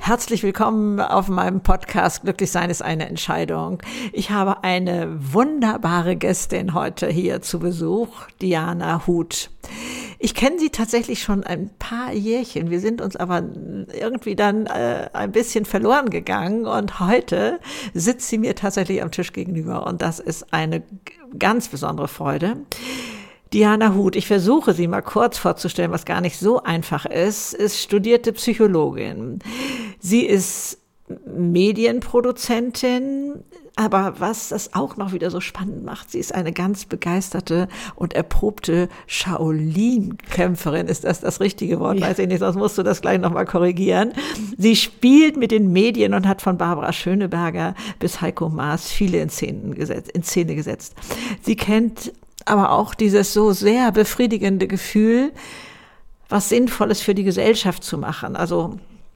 herzlich willkommen auf meinem Podcast Glücklich sein ist eine Entscheidung. Ich habe eine wunderbare Gästin heute hier zu Besuch, Diana Huth. Ich kenne sie tatsächlich schon ein paar Jährchen. Wir sind uns aber irgendwie dann ein bisschen verloren gegangen und heute sitzt sie mir tatsächlich am Tisch gegenüber und das ist eine ganz besondere Freude. Diana Huth, ich versuche sie mal kurz vorzustellen, was gar nicht so einfach ist studierte Psychologin. Sie ist Medienproduzentin, aber was das auch noch wieder so spannend macht, sie ist eine ganz begeisterte und erprobte Shaolin-Kämpferin. Ist das richtige Wort? Ja. Weiß ich nicht, sonst musst du das gleich nochmal korrigieren. Sie spielt mit den Medien und hat von Barbara Schöneberger bis Heiko Maas viele in Szene gesetzt. Sie kennt aber auch dieses so sehr befriedigende Gefühl, was Sinnvolles für die Gesellschaft zu machen. Also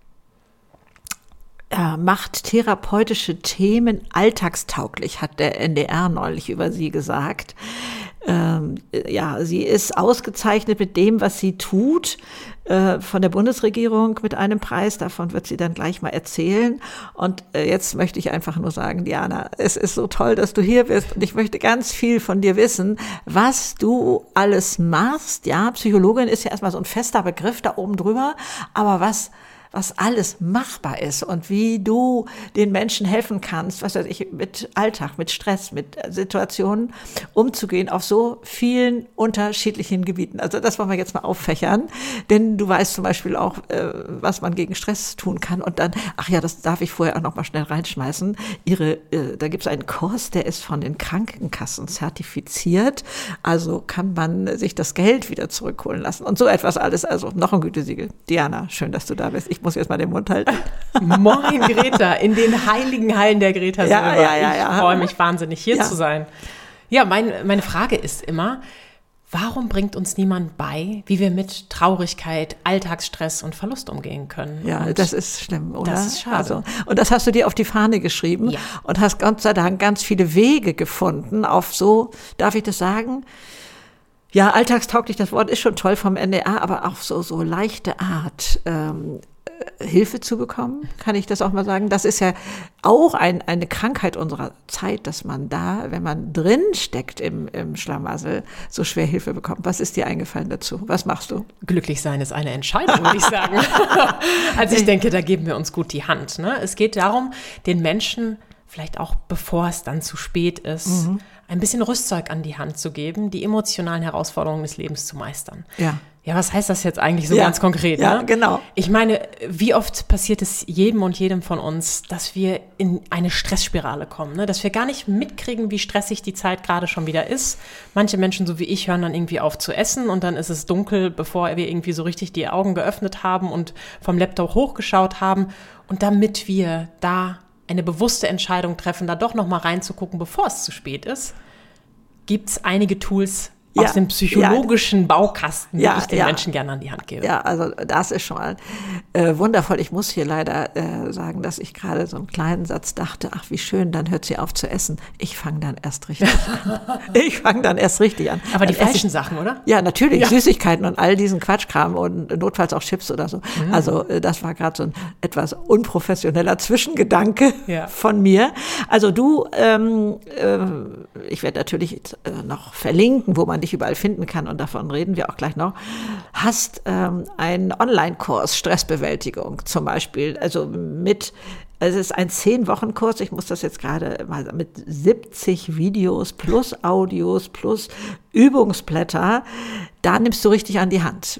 macht therapeutische Themen alltagstauglich, hat der NDR neulich über sie gesagt. Sie ist ausgezeichnet mit dem, was sie tut, von der Bundesregierung mit einem Preis. Davon wird sie dann gleich mal erzählen. Und jetzt möchte ich einfach nur sagen, Diana, es ist so toll, dass du hier bist. Und ich möchte ganz viel von dir wissen, was du alles machst. Ja, Psychologin ist ja erstmal so ein fester Begriff da oben drüber. Aber was alles machbar ist und wie du den Menschen helfen kannst, was weiß ich, mit Alltag, mit Stress, mit Situationen umzugehen auf so vielen unterschiedlichen Gebieten. Also das wollen wir jetzt mal auffächern, denn du weißt zum Beispiel auch, was man gegen Stress tun kann und dann, das darf ich vorher auch noch mal schnell reinschmeißen, da gibt es einen Kurs, der ist von den Krankenkassen zertifiziert, also kann man sich das Geld wieder zurückholen lassen und so etwas alles, also noch ein Gütesiegel. Diana, schön, dass du da bist. Ich muss jetzt mal den Mund halten. Moin Greta, in den heiligen Hallen der Greta Silber. Ich freue mich wahnsinnig, hier zu sein. Ja, meine Frage ist immer, warum bringt uns niemand bei, wie wir mit Traurigkeit, Alltagsstress und Verlust umgehen können? Ja, das ist schlimm, oder? Das ist schade. Also, und das hast du dir auf die Fahne geschrieben und hast Gott sei Dank ganz viele Wege gefunden auf so, darf ich das sagen? Ja, alltagstauglich, das Wort ist schon toll vom NDR, aber auf so leichte Art Hilfe zu bekommen, kann ich das auch mal sagen. Das ist ja auch eine Krankheit unserer Zeit, dass man da, wenn man drin steckt im Schlamassel, so schwer Hilfe bekommt. Was ist dir eingefallen dazu? Was machst du? Glücklich sein ist eine Entscheidung, würde ich sagen. Also ich denke, da geben wir uns gut die Hand. Ne? Es geht darum, den Menschen, vielleicht auch bevor es dann zu spät ist, ein bisschen Rüstzeug an die Hand zu geben, die emotionalen Herausforderungen des Lebens zu meistern. Ja, was heißt das jetzt eigentlich so ganz konkret? Ja, ne? Genau. Ich meine, wie oft passiert es jedem und jedem von uns, dass wir in eine Stressspirale kommen, ne? Dass wir gar nicht mitkriegen, wie stressig die Zeit gerade schon wieder ist. Manche Menschen, so wie ich, hören dann irgendwie auf zu essen und dann ist es dunkel, bevor wir irgendwie so richtig die Augen geöffnet haben und vom Laptop hochgeschaut haben. Und damit wir da eine bewusste Entscheidung treffen, da doch noch mal reinzugucken, bevor es zu spät ist, gibt es einige Tools aus dem psychologischen Baukasten, die ich den Menschen gerne an die Hand gebe. Ja, also das ist schon mal wundervoll. Ich muss hier leider sagen, dass ich gerade so einen kleinen Satz dachte, ach wie schön, dann hört sie auf zu essen. Ich fange dann erst richtig an. Aber die falschen Sachen, oder? Ja, natürlich, Süßigkeiten und all diesen Quatschkram und notfalls auch Chips oder so. Also das war gerade so ein etwas unprofessioneller Zwischengedanke von mir. Also du, ich werde natürlich noch verlinken, wo man dich überall finden kann und davon reden wir auch gleich noch, hast einen Online-Kurs Stressbewältigung zum Beispiel, also es ist ein 10-Wochen-Kurs, ich muss das jetzt gerade mal mit 70 Videos plus Audios plus Übungsblätter, da nimmst du richtig an die Hand.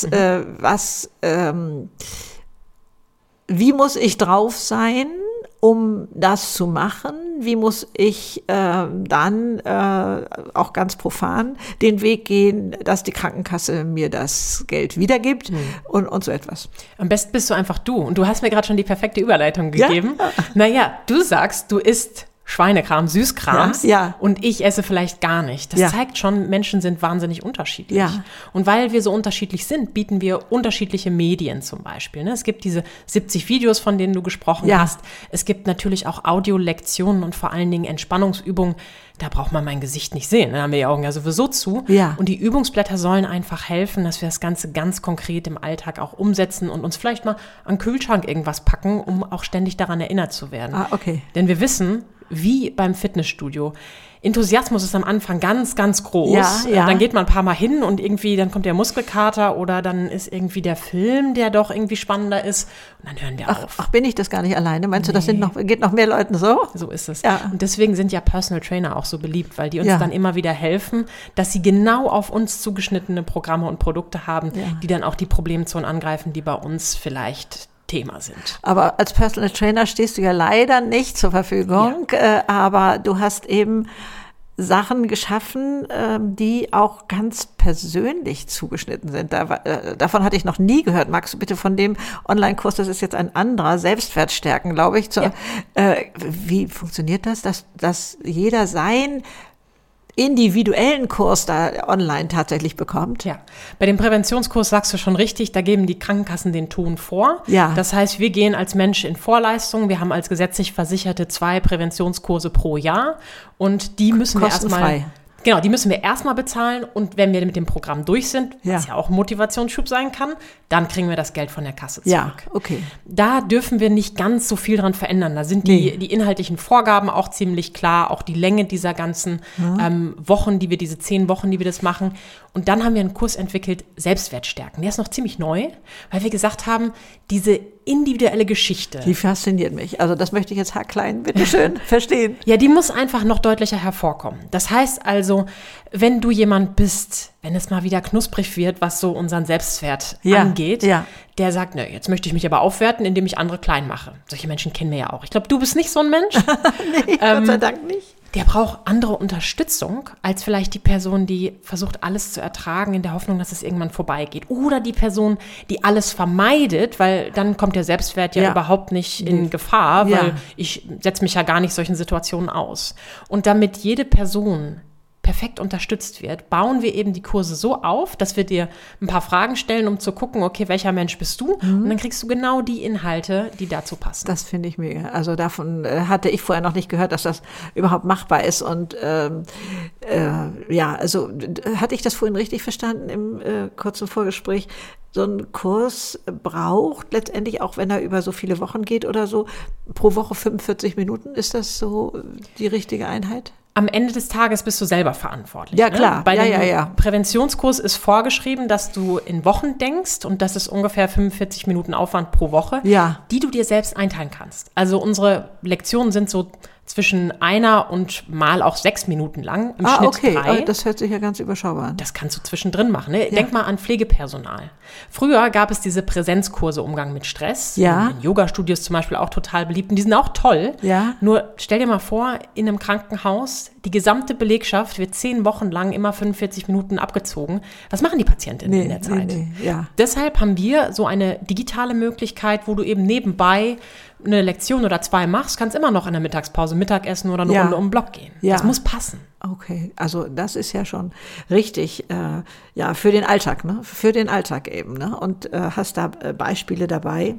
Wie muss ich drauf sein, um das zu machen? Wie muss ich dann auch ganz profan den Weg gehen, dass die Krankenkasse mir das Geld wiedergibt und so etwas? Am besten bist du einfach du. Und du hast mir gerade schon die perfekte Überleitung gegeben. Ja? Naja, du sagst, du isst Schweinekram, Süßkrams und ich esse vielleicht gar nicht. Das zeigt schon, Menschen sind wahnsinnig unterschiedlich. Ja. Und weil wir so unterschiedlich sind, bieten wir unterschiedliche Medien zum Beispiel. Ne? Es gibt diese 70 Videos, von denen du gesprochen hast. Es gibt natürlich auch Audiolektionen und vor allen Dingen Entspannungsübungen. da braucht man mein Gesicht nicht sehen. Da haben wir die Augen ja sowieso zu. Ja. Und die Übungsblätter sollen einfach helfen, dass wir das Ganze ganz konkret im Alltag auch umsetzen und uns vielleicht mal an den Kühlschrank irgendwas packen, um auch ständig daran erinnert zu werden. Okay. Denn wir wissen, wie beim Fitnessstudio, Enthusiasmus ist am Anfang ganz, ganz groß. Ja. Dann geht man ein paar Mal hin und irgendwie, dann kommt der Muskelkater oder dann ist irgendwie der Film, der doch irgendwie spannender ist. Und dann hören wir auf. Ach, bin ich das gar nicht alleine? Meinst du, geht noch mehr Leuten so? So ist es. Ja. Und deswegen sind ja Personal Trainer auch so beliebt, weil die uns dann immer wieder helfen, dass sie genau auf uns zugeschnittene Programme und Produkte haben, die dann auch die Problemzonen angreifen, die bei uns vielleicht Thema sind. Aber als Personal Trainer stehst du ja leider nicht zur Verfügung, aber du hast eben Sachen geschaffen, die auch ganz persönlich zugeschnitten sind. Davon hatte ich noch nie gehört. Magst du bitte von dem Online-Kurs, das ist jetzt ein anderer, Selbstwertstärken, glaube ich. Wie funktioniert das, dass jeder sein individuellen Kurs da online tatsächlich bekommt? Ja, bei dem Präventionskurs sagst du schon richtig, da geben die Krankenkassen den Ton vor. Ja. Das heißt, wir gehen als Mensch in Vorleistung. Wir haben als gesetzlich Versicherte 2 Präventionskurse pro Jahr und die müssen wir erstmal... Genau, die müssen wir erstmal bezahlen und wenn wir mit dem Programm durch sind, was ja auch ein Motivationsschub sein kann, dann kriegen wir das Geld von der Kasse zurück. Ja, okay. Da dürfen wir nicht ganz so viel dran verändern. Da sind die inhaltlichen Vorgaben auch ziemlich klar, auch die Länge dieser ganzen Wochen, diese 10 Wochen, die wir das machen. Und dann haben wir einen Kurs entwickelt, Selbstwertstärken. Der ist noch ziemlich neu, weil wir gesagt haben, diese individuelle Geschichte. Die fasziniert mich. Also das möchte ich jetzt haarklein, bitteschön, verstehen. Ja, die muss einfach noch deutlicher hervorkommen. Das heißt also, wenn du jemand bist, wenn es mal wieder knusprig wird, was so unseren Selbstwert angeht, der sagt, nö, jetzt möchte ich mich aber aufwerten, indem ich andere klein mache. Solche Menschen kennen wir ja auch. Ich glaube, du bist nicht so ein Mensch. Nee, Gott sei Dank nicht. Der braucht andere Unterstützung als vielleicht die Person, die versucht, alles zu ertragen in der Hoffnung, dass es irgendwann vorbeigeht. Oder die Person, die alles vermeidet, weil dann kommt der Selbstwert ja überhaupt nicht in Gefahr, weil ich setze mich ja gar nicht solchen Situationen aus. Und damit jede Person perfekt unterstützt wird, bauen wir eben die Kurse so auf, dass wir dir ein paar Fragen stellen, um zu gucken, okay, welcher Mensch bist du? Und dann kriegst du genau die Inhalte, die dazu passen. Das finde ich mega. Also davon hatte ich vorher noch nicht gehört, dass das überhaupt machbar ist. Und also hatte ich das vorhin richtig verstanden im kurzen Vorgespräch? So ein Kurs braucht letztendlich, auch wenn er über so viele Wochen geht oder so, pro Woche 45 Minuten. Ist das so die richtige Einheit? Am Ende des Tages bist du selber verantwortlich. Ja, klar. Ne? Bei dem Präventionskurs ist vorgeschrieben, dass du in Wochen denkst und das ist ungefähr 45 Minuten Aufwand pro Woche, die du dir selbst einteilen kannst. Also unsere Lektionen sind so zwischen 1 und mal auch 6 Minuten lang, im Schnitt 3. Das hört sich ja ganz überschaubar an. Das kannst du zwischendrin machen. Ne? Denk mal an Pflegepersonal. Früher gab es diese Präsenzkurse Umgang mit Stress. Ja. In Yoga-Studios zum Beispiel auch total beliebt. Und die sind auch toll. Ja. Nur stell dir mal vor, in einem Krankenhaus, die gesamte Belegschaft wird 10 Wochen lang immer 45 Minuten abgezogen. Was machen die Patientinnen in der Zeit? Deshalb haben wir so eine digitale Möglichkeit, wo du eben nebenbei eine Lektion oder 2 machst, kannst immer noch in der Mittagspause Mittagessen oder eine Runde um den Block gehen. Das muss passen. Okay, also das ist ja schon richtig, für den Alltag, ne? Für den Alltag eben, ne? Und hast da Beispiele dabei.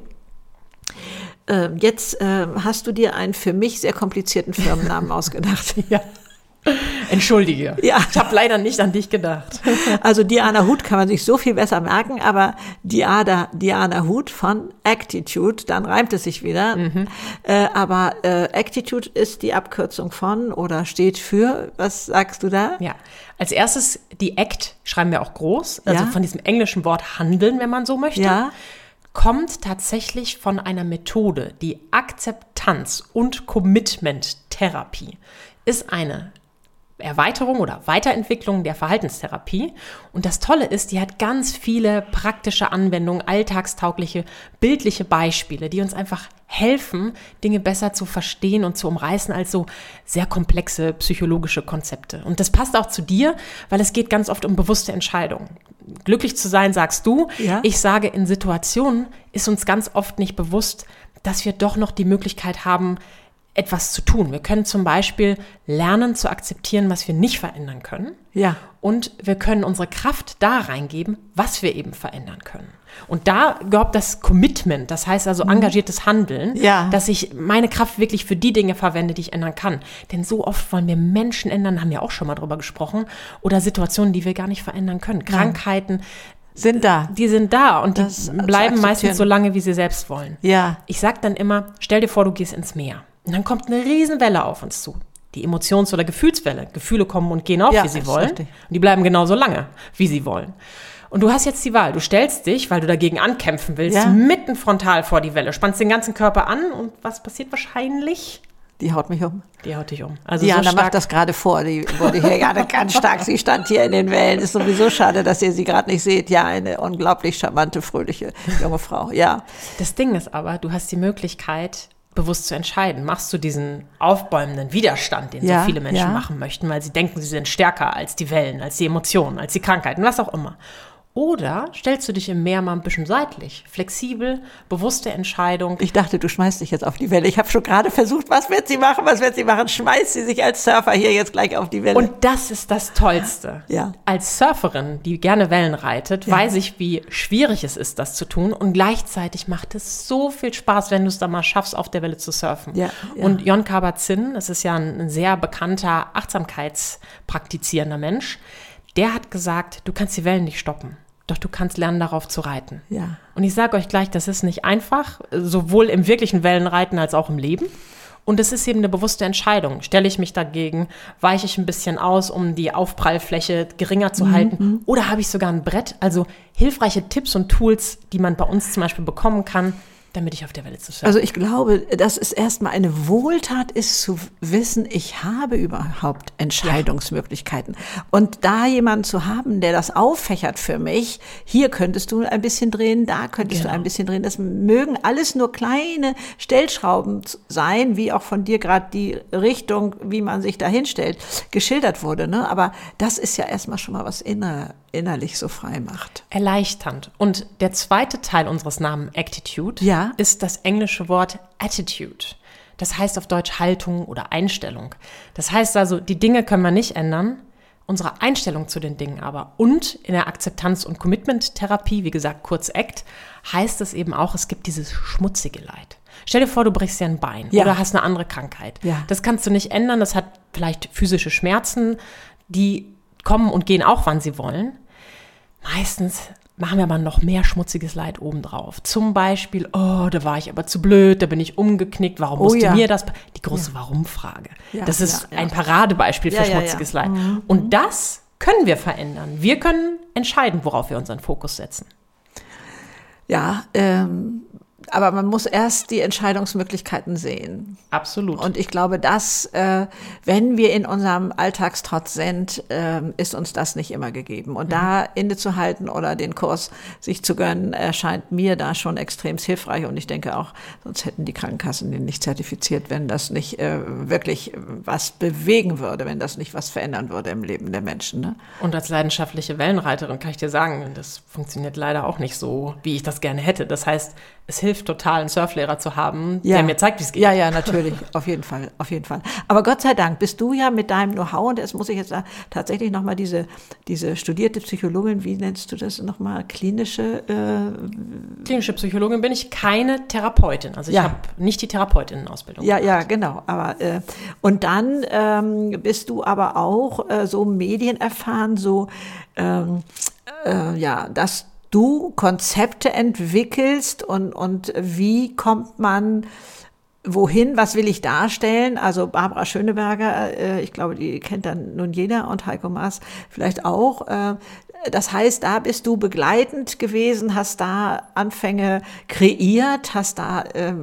Jetzt hast du dir einen für mich sehr komplizierten Firmennamen ausgedacht. Ja. Entschuldige, ich habe leider nicht an dich gedacht. Also Diana Huth kann man sich so viel besser merken, aber Diana Huth von Actitude, dann reimt es sich wieder. Aber Actitude ist die Abkürzung von oder steht für, was sagst du da? Ja, als erstes die Act schreiben wir auch groß, also von diesem englischen Wort handeln, wenn man so möchte. Kommt tatsächlich von einer Methode, die Akzeptanz- und Commitment-Therapie ist eine Erweiterung oder Weiterentwicklung der Verhaltenstherapie. Und das Tolle ist, die hat ganz viele praktische Anwendungen, alltagstaugliche, bildliche Beispiele, die uns einfach helfen, Dinge besser zu verstehen und zu umreißen als so sehr komplexe psychologische Konzepte. Und das passt auch zu dir, weil es geht ganz oft um bewusste Entscheidungen. Glücklich zu sein, sagst du. Ich sage, in Situationen ist uns ganz oft nicht bewusst, dass wir doch noch die Möglichkeit haben, etwas zu tun. Wir können zum Beispiel lernen zu akzeptieren, was wir nicht verändern können. Ja. Und wir können unsere Kraft da reingeben, was wir eben verändern können. Und da gehört das Commitment, das heißt also engagiertes Handeln, dass ich meine Kraft wirklich für die Dinge verwende, die ich ändern kann. Denn so oft wollen wir Menschen ändern, haben wir auch schon mal drüber gesprochen, oder Situationen, die wir gar nicht verändern können. Krankheiten sind da. Die sind da und die bleiben meistens so lange, wie sie selbst wollen. Ja. Ich sage dann immer, stell dir vor, du gehst ins Meer. Und dann kommt eine Riesenwelle auf uns zu. Die Emotions- oder Gefühlswelle. Gefühle kommen und gehen auch, wie sie wollen. Richtig. Und die bleiben genauso lange, wie sie wollen. Und du hast jetzt die Wahl. Du stellst dich, weil du dagegen ankämpfen willst, mitten frontal vor die Welle, spannst den ganzen Körper an und was passiert wahrscheinlich? Die haut mich um. Die haut dich um. Also Diana macht das gerade vor. Die wurde hier gerade ganz stark. Sie stand hier in den Wellen. Ist sowieso schade, dass ihr sie gerade nicht seht. Ja, eine unglaublich charmante, fröhliche junge Frau. Ja. Das Ding ist aber, du hast die Möglichkeit, bewusst zu entscheiden. Machst du diesen aufbäumenden Widerstand, den so viele Menschen machen möchten, weil sie denken, sie sind stärker als die Wellen, als die Emotionen, als die Krankheiten, was auch immer. Oder stellst du dich im Meer mal ein bisschen seitlich, flexibel, bewusste Entscheidung. Ich dachte, du schmeißt dich jetzt auf die Welle. Ich habe schon gerade versucht, was wird sie machen? Schmeißt sie sich als Surfer hier jetzt gleich auf die Welle? Und das ist das Tollste. Ja. Als Surferin, die gerne Wellen reitet, weiß ich, wie schwierig es ist, das zu tun. Und gleichzeitig macht es so viel Spaß, wenn du es dann mal schaffst, auf der Welle zu surfen. Ja. Und Jon Kabat-Zinn, das ist ja ein sehr bekannter achtsamkeitspraktizierender Mensch, der hat gesagt, du kannst die Wellen nicht stoppen. Doch du kannst lernen, darauf zu reiten. Ja. Und ich sage euch gleich, das ist nicht einfach, sowohl im wirklichen Wellenreiten als auch im Leben. Und es ist eben eine bewusste Entscheidung. Stelle ich mich dagegen, weiche ich ein bisschen aus, um die Aufprallfläche geringer zu halten? Oder habe ich sogar ein Brett? Also hilfreiche Tipps und Tools, die man bei uns zum Beispiel bekommen kann, damit ich auf der Welle zu surfen. Also ich glaube, dass es erstmal eine Wohltat ist, zu wissen, ich habe überhaupt Entscheidungsmöglichkeiten. Und da jemanden zu haben, der das auffächert für mich, hier könntest du ein bisschen drehen, da könntest du ein bisschen drehen. Das mögen alles nur kleine Stellschrauben sein, wie auch von dir gerade die Richtung, wie man sich da hinstellt, geschildert wurde. Ne? Aber das ist ja erstmal schon mal was innerlich so frei macht. Erleichternd. Und der zweite Teil unseres Namens Actitude ist das englische Wort Attitude. Das heißt auf Deutsch Haltung oder Einstellung. Das heißt also, die Dinge können wir nicht ändern, unsere Einstellung zu den Dingen aber. Und in der Akzeptanz- und Commitment-Therapie, wie gesagt, kurz ACT, heißt es eben auch, es gibt dieses schmutzige Leid. Stell dir vor, du brichst dir ein Bein oder hast eine andere Krankheit. Ja. Das kannst du nicht ändern, das hat vielleicht physische Schmerzen, die kommen und gehen auch, wann sie wollen. Meistens machen wir aber noch mehr schmutziges Leid obendrauf. Zum Beispiel, da war ich aber zu blöd, da bin ich umgeknickt, warum musste mir das? Die große Warum-Frage. Das ist ein Paradebeispiel für schmutziges Leid. Und das können wir verändern. Wir können entscheiden, worauf wir unseren Fokus setzen. Ja, aber man muss erst die Entscheidungsmöglichkeiten sehen. Absolut. Und ich glaube, dass, wenn wir in unserem Alltagstrotz sind, ist uns das nicht immer gegeben. Und da innezuhalten oder den Kurs sich zu gönnen, erscheint mir da schon extrem hilfreich. Und ich denke auch, sonst hätten die Krankenkassen den nicht zertifiziert, wenn das nicht wirklich was bewegen würde, wenn das nicht was verändern würde im Leben der Menschen. Ne? Und als leidenschaftliche Wellenreiterin kann ich dir sagen, das funktioniert leider auch nicht so, wie ich das gerne hätte. Das heißt, es hilft total, einen Surflehrer zu haben, der mir zeigt, wie es geht. Ja, natürlich, auf jeden Fall. Aber Gott sei Dank bist du ja mit deinem Know-how, und das muss ich jetzt sagen, tatsächlich nochmal diese studierte Psychologin, wie nennst du das nochmal, klinische Psychologin bin ich, keine Therapeutin. Also ich habe nicht die Therapeutinnenausbildung gemacht. Ja, genau. Aber und dann bist du aber auch so medienerfahren, so dass du Konzepte entwickelst und wie kommt man wohin, was will ich darstellen? Also Barbara Schöneberger, ich glaube, die kennt dann nun jeder, und Heiko Maas vielleicht auch. Das heißt, da bist du begleitend gewesen, hast da Anfänge kreiert, hast da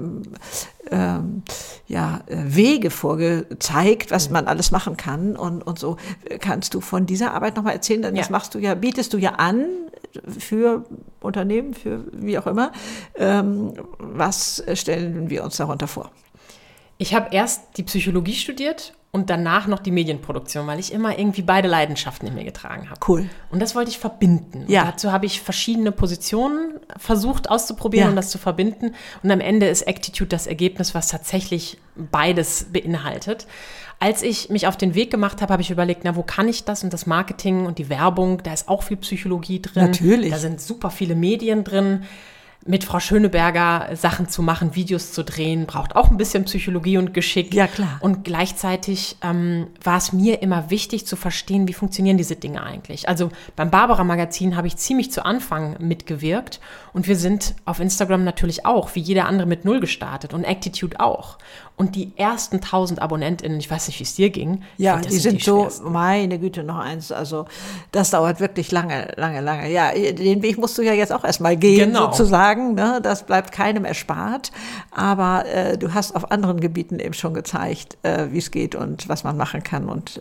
Wege vorgezeigt, was man alles machen kann, und so. Kannst du von dieser Arbeit nochmal erzählen? Denn das bietest du ja an für Unternehmen, für wie auch immer. Was stellen wir uns darunter vor? Ich habe erst die Psychologie studiert und danach noch die Medienproduktion, weil ich immer irgendwie beide Leidenschaften in mir getragen habe. Cool. Und das wollte ich verbinden. Ja. Und dazu habe ich verschiedene Positionen versucht auszuprobieren und das zu verbinden. Und am Ende ist Actitude das Ergebnis, was tatsächlich beides beinhaltet. Als ich mich auf den Weg gemacht habe, habe ich überlegt, wo kann ich das? Und das Marketing und die Werbung, da ist auch viel Psychologie drin. Natürlich. Da sind super viele Medien drin. Mit Frau Schöneberger Sachen zu machen, Videos zu drehen, braucht auch ein bisschen Psychologie und Geschick. Ja, klar. Und gleichzeitig war es mir immer wichtig zu verstehen, wie funktionieren diese Dinge eigentlich. Also beim Barbara-Magazin habe ich ziemlich zu Anfang mitgewirkt und wir sind auf Instagram natürlich auch, wie jeder andere, mit 0 gestartet und Actitude auch. Und die ersten 1000 AbonnentInnen, ich weiß nicht, wie es dir ging. Ja, das die sind so, schwersten. meine Güte, noch eins. Also das dauert wirklich lange. Ja, den Weg musst du ja jetzt auch erstmal gehen, sozusagen. Ne? Das bleibt keinem erspart. Aber du hast auf anderen Gebieten eben schon gezeigt, wie es geht und was man machen kann. Und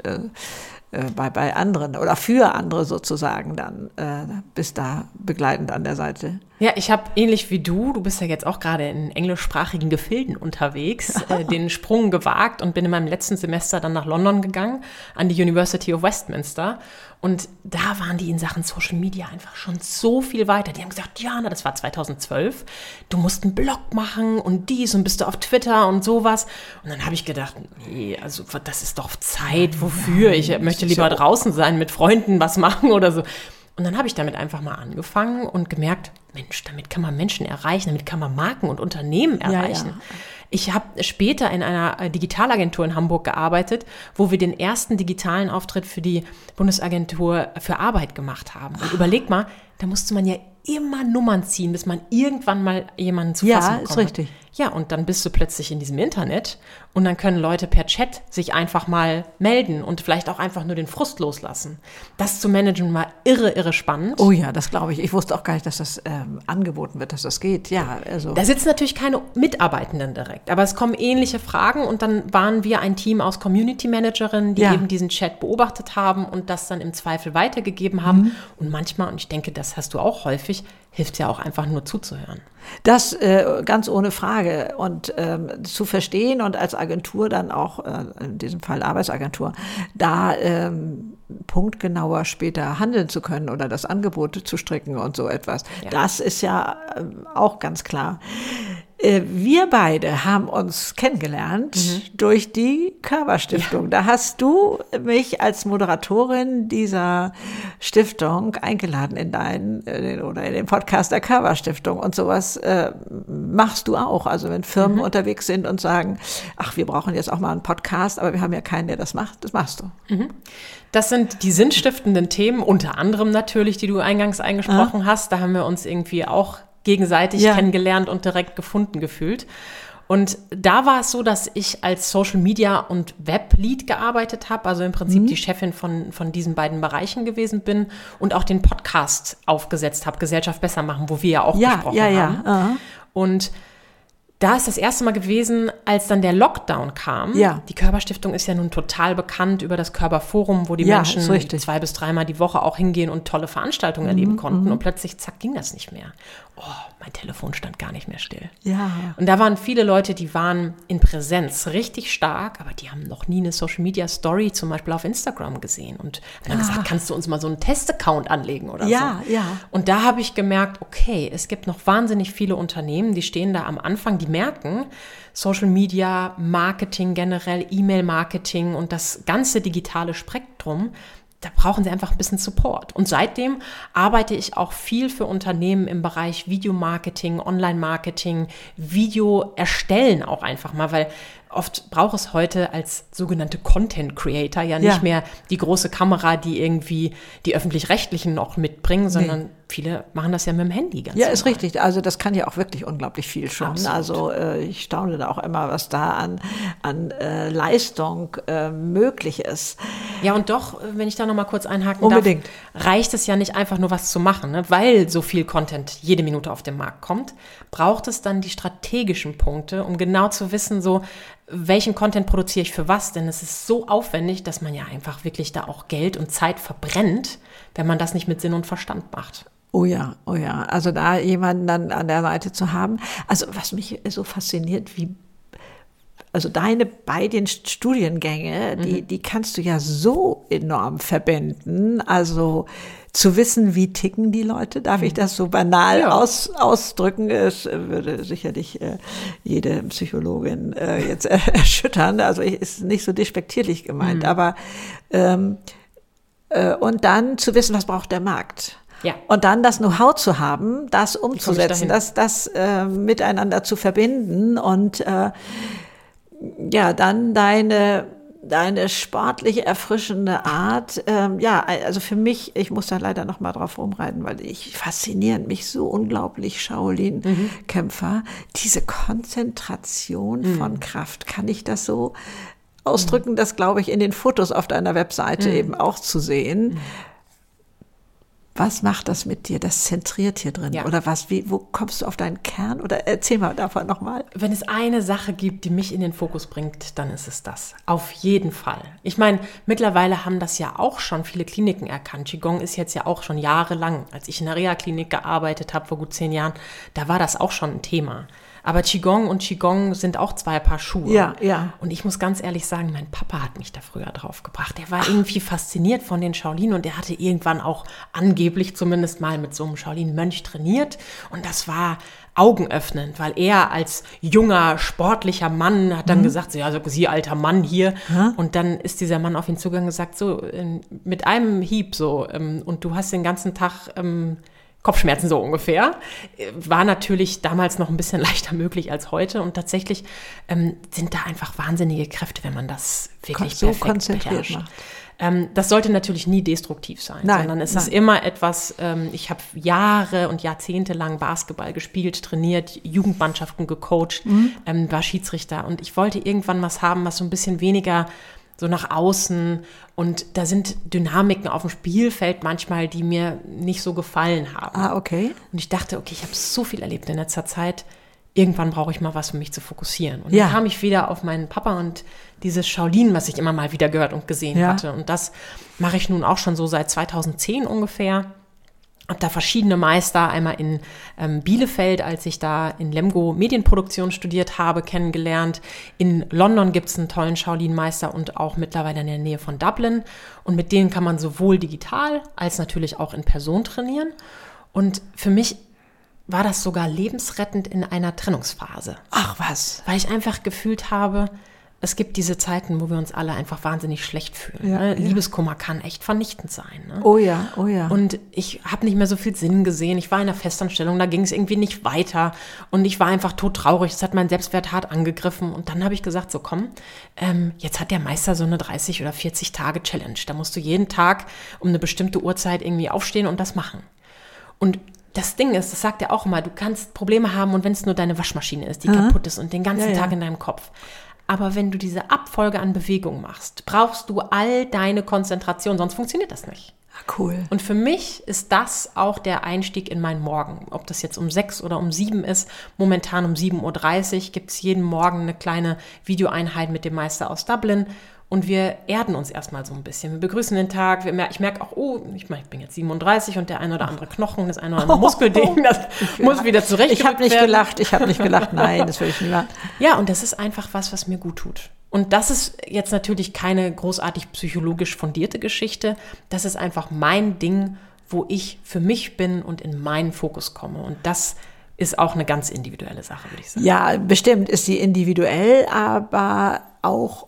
bei anderen oder für andere sozusagen dann bist da begleitend an der Seite. Ja, ich habe ähnlich wie du bist ja jetzt auch gerade in englischsprachigen Gefilden unterwegs, den Sprung gewagt und bin in meinem letzten Semester dann nach London gegangen, an die University of Westminster. Und da waren die in Sachen Social Media einfach schon so viel weiter. Die haben gesagt, Diana, das war 2012, du musst einen Blog machen und dies und bist du auf Twitter und sowas. Und dann habe ich gedacht, nee, also das ist doch Zeit, wofür? Ich möchte lieber draußen sein, mit Freunden was machen oder so. Und dann habe ich damit einfach mal angefangen und gemerkt, Mensch, damit kann man Menschen erreichen, damit kann man Marken und Unternehmen erreichen. Ja. Ich habe später in einer Digitalagentur in Hamburg gearbeitet, wo wir den ersten digitalen Auftritt für die Bundesagentur für Arbeit gemacht haben. Und überleg mal, da musste man ja immer Nummern ziehen, bis man irgendwann mal jemanden zu fassen bekommt. Ja, ist richtig. Ja, und dann bist du plötzlich in diesem Internet und dann können Leute per Chat sich einfach mal melden und vielleicht auch einfach nur den Frust loslassen. Das zu managen war irre spannend. Oh ja, das glaube ich. Ich wusste auch gar nicht, dass das angeboten wird, dass das geht. Ja, also. Da sitzen natürlich keine Mitarbeitenden direkt, aber es kommen ähnliche Fragen und dann waren wir ein Team aus Community Managerinnen, die eben diesen Chat beobachtet haben und das dann im Zweifel weitergegeben haben. Und manchmal, und ich denke, das hast du auch häufig, hilft ja auch einfach nur zuzuhören. Das ganz ohne Frage und zu verstehen und als Agentur dann auch, in diesem Fall Arbeitsagentur, da punktgenauer später handeln zu können oder das Angebot zu stricken und so etwas. Ja. Das ist ja auch ganz klar. Wir beide haben uns kennengelernt durch die Körber-Stiftung. Ja. Da hast du mich als Moderatorin dieser Stiftung eingeladen in den Podcast der Körber-Stiftung und sowas machst du auch. Also wenn Firmen unterwegs sind und sagen, ach, wir brauchen jetzt auch mal einen Podcast, aber wir haben ja keinen, der das macht, das machst du. Das sind die sinnstiftenden Themen, unter anderem natürlich, die du eingangs angesprochen hast. Da haben wir uns irgendwie auch gegenseitig kennengelernt und direkt gefunden gefühlt. Und da war es so, dass ich als Social Media und Web-Lead gearbeitet habe, also im Prinzip die Chefin von diesen beiden Bereichen gewesen bin und auch den Podcast aufgesetzt habe, Gesellschaft besser machen, wo wir ja auch gesprochen haben. Und da ist das erste Mal gewesen, als dann der Lockdown kam. Ja. Die Körber-Stiftung ist ja nun total bekannt über das Körber-Forum, wo die Menschen 2 bis 3 Mal die Woche auch hingehen und tolle Veranstaltungen erleben konnten. Und plötzlich, zack, ging das nicht mehr. Oh, mein Telefon stand gar nicht mehr still. Ja. Und da waren viele Leute, die waren in Präsenz richtig stark, aber die haben noch nie eine Social-Media-Story zum Beispiel auf Instagram gesehen. Und haben dann gesagt, kannst du uns mal so einen Test-Account anlegen oder so? Ja. Und da habe ich gemerkt, okay, es gibt noch wahnsinnig viele Unternehmen, die stehen da am Anfang, die merken, Social Media, Marketing generell, E-Mail-Marketing und das ganze digitale Spektrum, da brauchen sie einfach ein bisschen Support. Und seitdem arbeite ich auch viel für Unternehmen im Bereich Videomarketing, Online-Marketing, Video erstellen auch einfach mal, weil oft braucht es heute als sogenannte Content Creator ja nicht mehr die große Kamera, die irgendwie die Öffentlich-Rechtlichen noch mitbringen, sondern viele machen das ja mit dem Handy ganz normal. Ist richtig. Also das kann ja auch wirklich unglaublich viel schon. Absolut. Also ich staune da auch immer, was da an Leistung möglich ist. Ja, und doch, wenn ich da noch mal kurz einhaken darf, reicht es ja nicht einfach nur was zu machen, ne? Weil so viel Content jede Minute auf den Markt kommt, braucht es dann die strategischen Punkte, um genau zu wissen, so welchen Content produziere ich für was, denn es ist so aufwendig, dass man ja einfach wirklich da auch Geld und Zeit verbrennt, wenn man das nicht mit Sinn und Verstand macht. Oh ja. Also da jemanden dann an der Seite zu haben. Also was mich so fasziniert, wie also deine beiden Studiengänge, die kannst du ja so enorm verbinden. Also zu wissen, wie ticken die Leute, darf ich das so banal ausdrücken? Es würde sicherlich jede Psychologin jetzt erschüttern. Also ist nicht so despektierlich gemeint, aber und dann zu wissen, was braucht der Markt. Ja. Und dann das Know-how zu haben, das umzusetzen, das miteinander zu verbinden und dann deine sportlich erfrischende Art, also für mich, ich muss da leider noch mal drauf rumreiten, weil faszinieren mich so unglaublich Shaolin-Kämpfer, diese Konzentration von Kraft, kann ich das so ausdrücken, das glaube ich in den Fotos auf deiner Webseite eben auch zu sehen. Was macht das mit dir? Das zentriert hier drin. Ja. Oder wo kommst du auf deinen Kern? Oder erzähl mal davon nochmal. Wenn es eine Sache gibt, die mich in den Fokus bringt, dann ist es das. Auf jeden Fall. Ich meine, mittlerweile haben das ja auch schon viele Kliniken erkannt. Qigong ist jetzt ja auch schon jahrelang. Als ich in der Reha-Klinik gearbeitet habe, vor gut 10 Jahren, da war das auch schon ein Thema. Aber Qigong und Qigong sind auch 2 Paar Schuhe. Ja, ja. Und ich muss ganz ehrlich sagen, mein Papa hat mich da früher drauf gebracht. Der war irgendwie fasziniert von den Shaolin und der hatte irgendwann auch angeblich zumindest mal mit so einem Shaolin-Mönch trainiert. Und das war augenöffnend, weil er als junger, sportlicher Mann hat dann gesagt, so, ja, so Sie alter Mann hier. Und dann ist dieser Mann auf ihn zugegangen und gesagt, so mit einem Hieb so und du hast den ganzen Tag Kopfschmerzen so ungefähr. War natürlich damals noch ein bisschen leichter möglich als heute und tatsächlich sind da einfach wahnsinnige Kräfte, wenn man das wirklich so perfekt beherrscht. Das sollte natürlich nie destruktiv sein, sondern es ist immer etwas, ich habe Jahre und Jahrzehnte lang Basketball gespielt, trainiert, Jugendmannschaften gecoacht, war Schiedsrichter und ich wollte irgendwann was haben, was so ein bisschen weniger so nach außen und da sind Dynamiken auf dem Spielfeld manchmal, die mir nicht so gefallen haben. Ah, okay. Und ich dachte, okay, ich habe so viel erlebt in letzter Zeit, irgendwann brauche ich mal was, um mich zu fokussieren. Und dann kam ich wieder auf meinen Papa und dieses Shaolin, was ich immer mal wieder gehört und gesehen hatte. Und das mache ich nun auch schon so seit 2010 ungefähr. Habe da verschiedene Meister, einmal in Bielefeld, als ich da in Lemgo Medienproduktion studiert habe, kennengelernt. In London gibt es einen tollen Shaolin-Meister und auch mittlerweile in der Nähe von Dublin. Und mit denen kann man sowohl digital als natürlich auch in Person trainieren. Und für mich war das sogar lebensrettend in einer Trennungsphase. Ach was. Weil ich einfach gefühlt habe, es gibt diese Zeiten, wo wir uns alle einfach wahnsinnig schlecht fühlen. Ne? Liebeskummer kann echt vernichtend sein. Ne? Oh ja, oh ja. Und ich habe nicht mehr so viel Sinn gesehen. Ich war in einer Festanstellung, da ging es irgendwie nicht weiter. Und ich war einfach todtraurig. Das hat meinen Selbstwert hart angegriffen. Und dann habe ich gesagt, so komm, jetzt hat der Meister so eine 30 oder 40 Tage Challenge. Da musst du jeden Tag um eine bestimmte Uhrzeit irgendwie aufstehen und das machen. Und das Ding ist, das sagt er auch immer, du kannst Probleme haben und wenn es nur deine Waschmaschine ist, die kaputt ist und den ganzen Tag in deinem Kopf. Aber wenn du diese Abfolge an Bewegungen machst, brauchst du all deine Konzentration, sonst funktioniert das nicht. Cool. Und für mich ist das auch der Einstieg in meinen Morgen. Ob das jetzt um 6 oder um 7 ist, momentan um 7.30 Uhr gibt es jeden Morgen eine kleine Videoeinheit mit dem Meister aus Dublin. Und wir erden uns erstmal so ein bisschen. Wir begrüßen den Tag. Ich merke auch, ich bin jetzt 37 und der ein oder andere Knochen, das ein oder andere Muskelding, das muss wieder zurechtgerückt werden. Ich habe nicht gelacht. Nein, das will ich nicht machen. Ja, und das ist einfach was mir gut tut. Und das ist jetzt natürlich keine großartig psychologisch fundierte Geschichte. Das ist einfach mein Ding, wo ich für mich bin und in meinen Fokus komme. Und das ist auch eine ganz individuelle Sache, würde ich sagen. Ja, bestimmt ist sie individuell, aber auch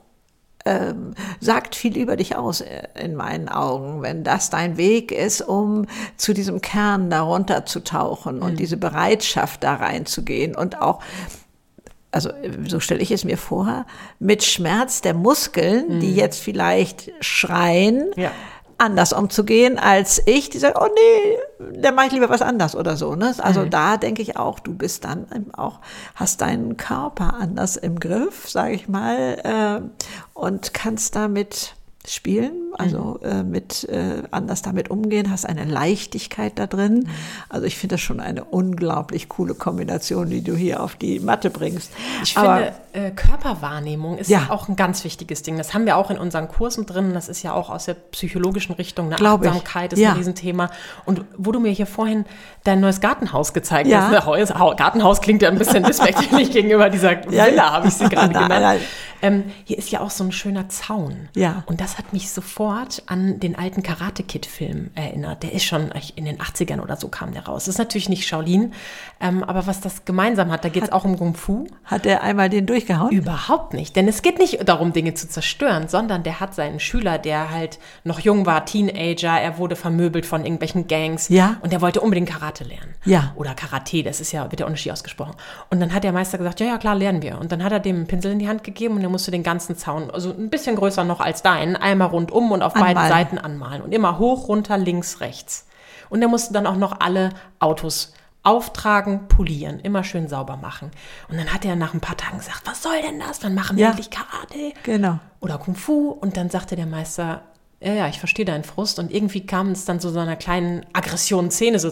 sagt viel über dich aus in meinen Augen, wenn das dein Weg ist, um zu diesem Kern darunter zu tauchen und diese Bereitschaft da reinzugehen und auch, also so stelle ich es mir vor, mit Schmerz der Muskeln, die jetzt vielleicht schreien, anders umzugehen als ich, die sagt, oh nee, dann mache ich lieber was anders oder so. Ne? Also da denke ich auch, du bist dann auch, hast deinen Körper anders im Griff, sage ich mal, und kannst damit spielen, also mit anders damit umgehen, hast eine Leichtigkeit da drin. Also ich finde das schon eine unglaublich coole Kombination, die du hier auf die Matte bringst. Ich finde, Körperwahrnehmung ist auch ein ganz wichtiges Ding. Das haben wir auch in unseren Kursen drin. Das ist ja auch aus der psychologischen Richtung. Eine Achtsamkeit ist ein Riesenthema. Und wo du mir hier vorhin dein neues Gartenhaus gezeigt hast. Ne? Gartenhaus klingt ja ein bisschen despektierlich gegenüber dieser Villa, habe ich sie gerade genannt. Hier ist ja auch so ein schöner Zaun. Ja. Und das hat mich sofort an den alten Karate-Kid-Film erinnert. Der ist schon in den 80ern oder so kam der raus. Das ist natürlich nicht Shaolin, aber was das gemeinsam hat, da geht es auch um Kung Fu. Hat der einmal den durchgehauen? Überhaupt nicht, denn es geht nicht darum, Dinge zu zerstören, sondern der hat seinen Schüler, der halt noch jung war, Teenager, er wurde vermöbelt von irgendwelchen Gangs und der wollte unbedingt Karate lernen. Ja. Oder Karate, das ist ja, wird ja unterschiedlich ausgesprochen. Und dann hat der Meister gesagt, ja klar, lernen wir. Und dann hat er dem einen Pinsel in die Hand gegeben und der musste den ganzen Zaun, also ein bisschen größer noch als deinen, einmal rundum und auf beiden Seiten anmalen. Und immer hoch, runter, links, rechts. Und er musste dann auch noch alle Autos auftragen, polieren, immer schön sauber machen. Und dann hat er nach ein paar Tagen gesagt, was soll denn das? Wann machen wir endlich Karate? Genau. Oder Kung Fu. Und dann sagte der Meister, ja, ich verstehe deinen Frust. Und irgendwie kam es dann zu so einer kleinen aggressiven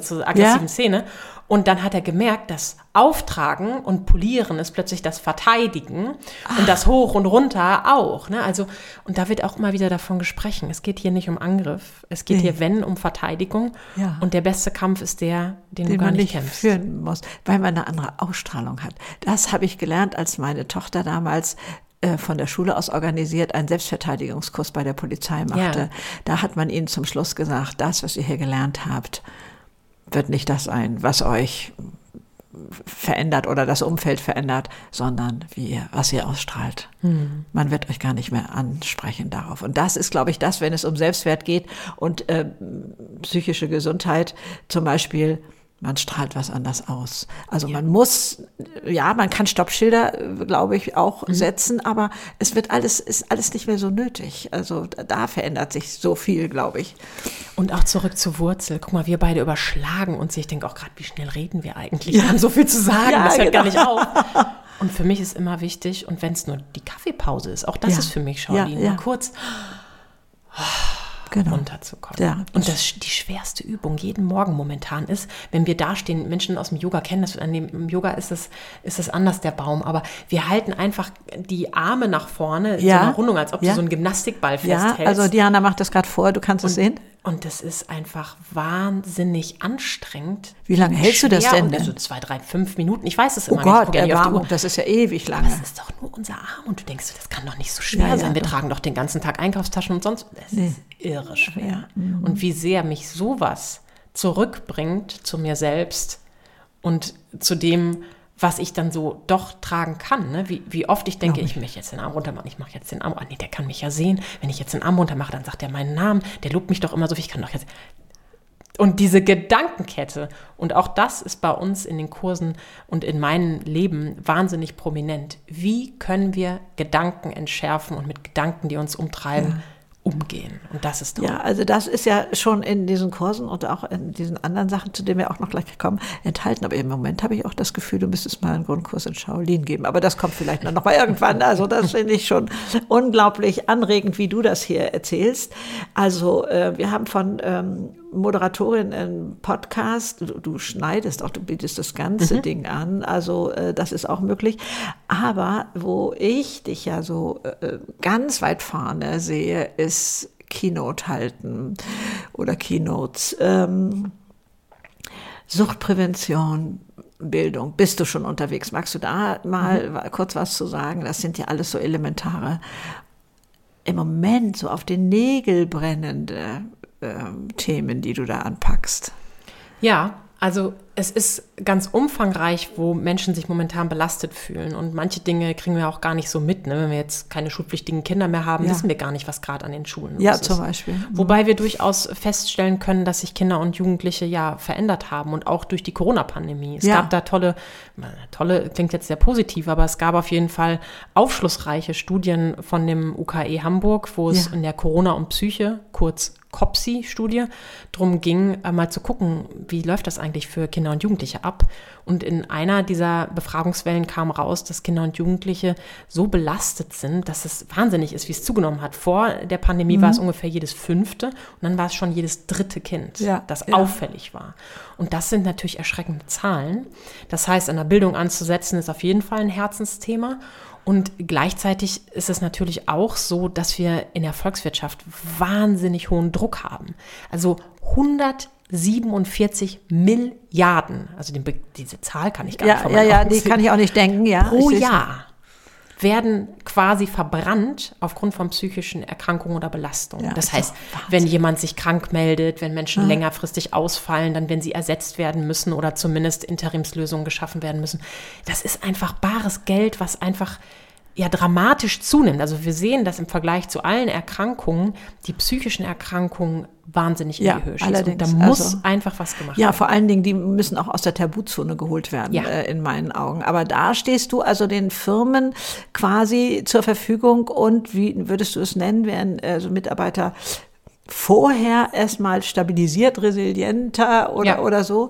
Szene. Und dann hat er gemerkt, dass Auftragen und Polieren ist plötzlich das Verteidigen und das Hoch und Runter auch. Ne? Also, und da wird auch immer wieder davon gesprochen. Es geht hier nicht um Angriff. Es geht hier, wenn, um Verteidigung. Ja. Und der beste Kampf ist der, den du gar nicht kämpfst. Führen muss, weil man eine andere Ausstrahlung hat. Das habe ich gelernt, als meine Tochter damals von der Schule aus organisiert einen Selbstverteidigungskurs bei der Polizei machte. Ja. Da hat man ihnen zum Schluss gesagt, das, was ihr hier gelernt habt, wird nicht das sein, was euch verändert oder das Umfeld verändert, sondern was ihr ausstrahlt. Man wird euch gar nicht mehr ansprechen darauf. Und das ist, glaube ich, das, wenn es um Selbstwert geht und psychische Gesundheit zum Beispiel. Man strahlt was anders aus. Also man muss, man kann Stoppschilder, glaube ich, auch setzen, aber ist alles nicht mehr so nötig. Also da verändert sich so viel, glaube ich. Und auch zurück zur Wurzel. Guck mal, wir beide überschlagen uns. Ich denke auch gerade, wie schnell reden wir eigentlich? Wir haben so viel zu sagen, das hört gar nicht auf. Und für mich ist immer wichtig, und wenn es nur die Kaffeepause ist, auch das ist für mich, Shaolin, mal kurz runterzukommen. Ja, und die schwerste Übung jeden Morgen momentan ist, wenn wir da stehen, Menschen aus dem Yoga kennen das, im Yoga ist es anders, der Baum, aber wir halten einfach die Arme nach vorne in so einer Rundung, als ob du so einen Gymnastikball festhältst. Ja, also Diana macht das gerade vor, du kannst es sehen. Und das ist einfach wahnsinnig anstrengend. Wie lange hältst du das denn? So 2, 3, 5 Minuten. Ich weiß es immer nicht. Oh Gott, Erwärmung, das ist ja ewig lange. Aber es ist doch nur unser Arm. Und du denkst, das kann doch nicht so schwer sein. Wir tragen doch den ganzen Tag Einkaufstaschen und sonst. Es ist irre schwer. Ja. Und wie sehr mich sowas zurückbringt zu mir selbst und zu dem, was ich dann so doch tragen kann. Ne? Wie oft ich denke, ich möchte jetzt den Arm runter machen, ich mache jetzt den Arm, der kann mich ja sehen. Wenn ich jetzt den Arm runter mache, dann sagt er meinen Namen, der lobt mich doch immer so, ich kann doch jetzt. Und diese Gedankenkette, und auch das ist bei uns in den Kursen und in meinem Leben wahnsinnig prominent. Wie können wir Gedanken entschärfen und mit Gedanken, die uns umtreiben, umgehen. Und das ist toll. Ja, also das ist ja schon in diesen Kursen und auch in diesen anderen Sachen, zu denen wir auch noch gleich kommen, enthalten. Aber im Moment habe ich auch das Gefühl, du müsstest mal einen Grundkurs in Shaolin geben. Aber das kommt vielleicht noch mal irgendwann. Also das finde ich schon unglaublich anregend, wie du das hier erzählst. Also wir haben von Moderatorin einen Podcast, du schneidest auch, du bietest das ganze Ding an, also das ist auch möglich. Aber wo ich dich ja so ganz weit vorne sehe, ist Keynote halten oder Keynotes. Suchtprävention, Bildung, bist du schon unterwegs? Magst du da mal kurz was zu sagen? Das sind ja alles so elementare, im Moment so auf den Nägel brennende Themen, die du da anpackst. Ja, also es ist ganz umfangreich, wo Menschen sich momentan belastet fühlen. Und manche Dinge kriegen wir auch gar nicht so mit. Ne? Wenn wir jetzt keine schulpflichtigen Kinder mehr haben, wissen wir gar nicht, was gerade an den Schulen los ist. Ja, zum Beispiel. Wobei wir durchaus feststellen können, dass sich Kinder und Jugendliche verändert haben. Und auch durch die Corona-Pandemie. Es gab da tolle, klingt jetzt sehr positiv, aber es gab auf jeden Fall aufschlussreiche Studien von dem UKE Hamburg, wo es in der Corona und Psyche, kurz COPSI-Studie drum ging, mal zu gucken, wie läuft das eigentlich für Kinder und Jugendliche ab. Und in einer dieser Befragungswellen kam raus, dass Kinder und Jugendliche so belastet sind, dass es wahnsinnig ist, wie es zugenommen hat. Vor der Pandemie war es ungefähr jedes 5. und dann war es schon jedes 3. Kind, das auffällig war. Und das sind natürlich erschreckende Zahlen. Das heißt, an der Bildung anzusetzen, ist auf jeden Fall ein Herzensthema. Und gleichzeitig ist es natürlich auch so, dass wir in der Volkswirtschaft wahnsinnig hohen Druck haben. Also 147 Milliarden, also diese Zahl kann ich gar nicht von meinen Augen die sehen, kann ich auch nicht denken, pro Jahr werden quasi verbrannt aufgrund von psychischen Erkrankungen oder Belastungen. Ja, das heißt, wenn jemand sich krank meldet, wenn Menschen längerfristig ausfallen, dann werden sie ersetzt werden müssen oder zumindest Interimslösungen geschaffen werden müssen. Das ist einfach bares Geld, was einfach dramatisch zunimmt. Also wir sehen, dass im Vergleich zu allen Erkrankungen die psychischen Erkrankungen wahnsinnig in die Höhe schießen. Und da muss einfach was gemacht werden. Ja, vor allen Dingen, die müssen auch aus der Tabuzone geholt werden, in meinen Augen. Aber da stehst du also den Firmen quasi zur Verfügung und wie würdest du es nennen, werden also Mitarbeiter vorher erstmal stabilisiert, resilienter oder so.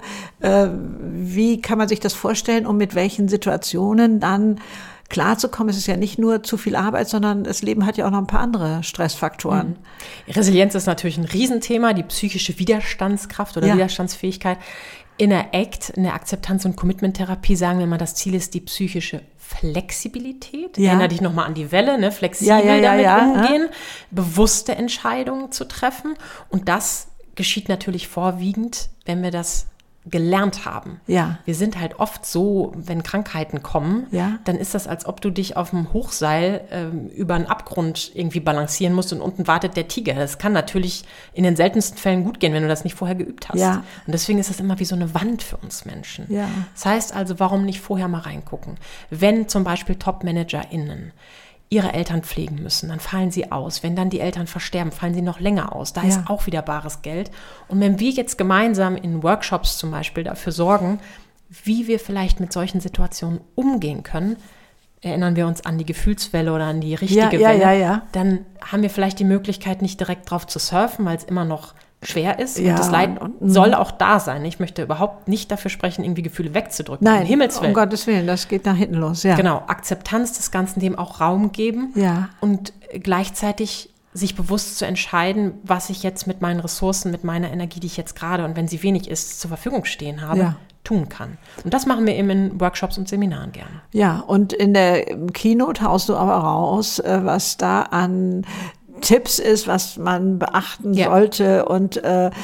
Wie kann man sich das vorstellen und mit welchen Situationen dann klarzukommen? Es ist ja nicht nur zu viel Arbeit, sondern das Leben hat ja auch noch ein paar andere Stressfaktoren. Resilienz ist natürlich ein Riesenthema, die psychische Widerstandskraft oder Widerstandsfähigkeit. In der ACT, in der Akzeptanz- und Commitment-Therapie, sagen wir immer, das Ziel ist die psychische Flexibilität. Erinnere dich nochmal an die Welle, ne? Flexibel damit umgehen, bewusste Entscheidungen zu treffen. Und das geschieht natürlich vorwiegend, wenn wir das gelernt haben. Ja. Wir sind halt oft so, wenn Krankheiten kommen, dann ist das, als ob du dich auf dem Hochseil über einen Abgrund irgendwie balancieren musst und unten wartet der Tiger. Das kann natürlich in den seltensten Fällen gut gehen, wenn du das nicht vorher geübt hast. Ja. Und deswegen ist das immer wie so eine Wand für uns Menschen. Ja. Das heißt also, warum nicht vorher mal reingucken? Wenn zum Beispiel TopmanagerInnen ihre Eltern pflegen müssen, dann fallen sie aus. Wenn dann die Eltern versterben, fallen sie noch länger aus. Da ist auch wieder bares Geld. Und wenn wir jetzt gemeinsam in Workshops zum Beispiel dafür sorgen, wie wir vielleicht mit solchen Situationen umgehen können, erinnern wir uns an die Gefühlswelle oder an die richtige Welle, dann haben wir vielleicht die Möglichkeit, nicht direkt drauf zu surfen, weil es immer noch schwer ist und das Leid soll auch da sein. Ich möchte überhaupt nicht dafür sprechen, irgendwie Gefühle wegzudrücken. Nein, um Himmels Willen. Um Gottes Willen, das geht nach hinten los. Ja. Genau, Akzeptanz des Ganzen, dem auch Raum geben und gleichzeitig sich bewusst zu entscheiden, was ich jetzt mit meinen Ressourcen, mit meiner Energie, die ich jetzt gerade und wenn sie wenig ist, zur Verfügung stehen habe, tun kann. Und das machen wir eben in Workshops und Seminaren gerne. Ja, und in der Keynote haust du aber raus, was da an Tipps ist, was man beachten sollte und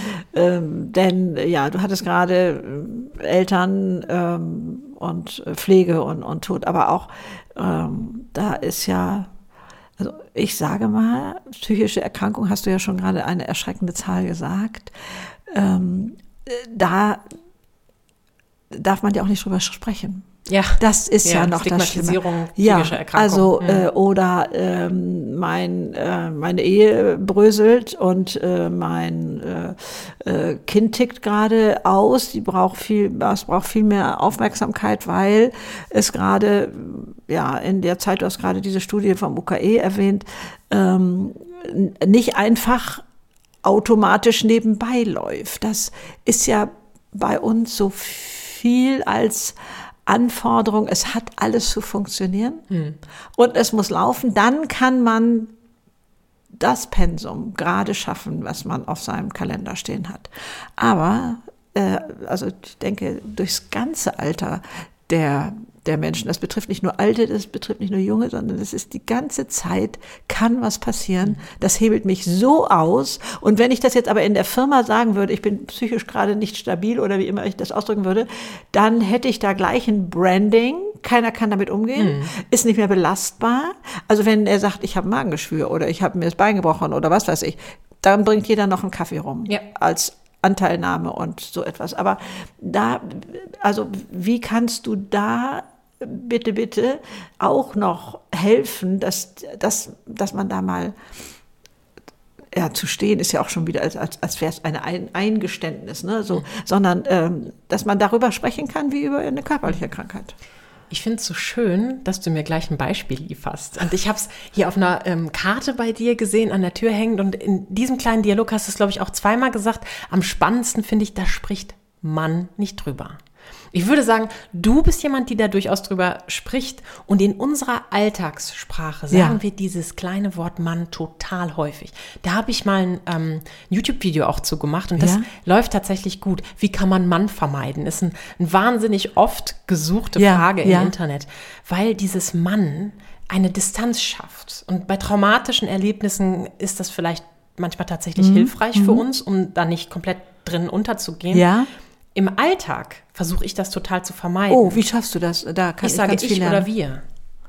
denn du hattest gerade Eltern und Pflege und Tod, aber auch da ist also ich sage mal, psychische Erkrankung, hast du ja schon gerade eine erschreckende Zahl gesagt, da darf man ja auch nicht drüber sprechen. Ja, das ist ja noch das Schlimme. Psychische Erkrankung. Also oder meine Ehe bröselt und mein Kind tickt gerade aus. Es braucht viel mehr Aufmerksamkeit, weil es gerade in der Zeit, du hast gerade diese Studie vom UKE erwähnt, nicht einfach automatisch nebenbei läuft. Das ist ja bei uns so viel als Anforderung, es hat alles zu funktionieren und es muss laufen, dann kann man das Pensum gerade schaffen, was man auf seinem Kalender stehen hat. Aber, also ich denke, durchs ganze Alter der Menschen, das betrifft nicht nur Alte, das betrifft nicht nur Junge, sondern das ist die ganze Zeit, kann was passieren. Das hebelt mich so aus. Und wenn ich das jetzt aber in der Firma sagen würde, ich bin psychisch gerade nicht stabil oder wie immer ich das ausdrücken würde, dann hätte ich da gleich ein Branding. Keiner kann damit umgehen, ist nicht mehr belastbar. Also wenn er sagt, ich habe Magengeschwür oder ich habe mir das Bein gebrochen oder was weiß ich, dann bringt jeder noch einen Kaffee rum als Anteilnahme und so etwas. Aber also wie kannst du da bitte auch noch helfen, dass man da mal zu stehen, ist ja auch schon wieder, als wäre es ein Eingeständnis, ne? So, sondern dass man darüber sprechen kann wie über eine körperliche Krankheit. Ich finde es so schön, dass du mir gleich ein Beispiel lieferst. Und ich habe es hier auf einer Karte bei dir gesehen, an der Tür hängend. Und in diesem kleinen Dialog hast du es, glaube ich, auch zweimal gesagt. Am spannendsten finde ich, da spricht Mann nicht drüber. Ich würde sagen, du bist jemand, die da durchaus drüber spricht. Und in unserer Alltagssprache sagen wir dieses kleine Wort Mann total häufig. Da habe ich mal ein YouTube-Video auch zu gemacht und das läuft tatsächlich gut. Wie kann man Mann vermeiden? Ist ein wahnsinnig oft gesuchte Frage im Internet, weil dieses Mann eine Distanz schafft. Und bei traumatischen Erlebnissen ist das vielleicht manchmal tatsächlich hilfreich für uns, um da nicht komplett drin unterzugehen. Ja. Im Alltag versuche ich das total zu vermeiden. Oh, wie schaffst du das? Da kann ich sage ganz viel ich lernen. oder wir.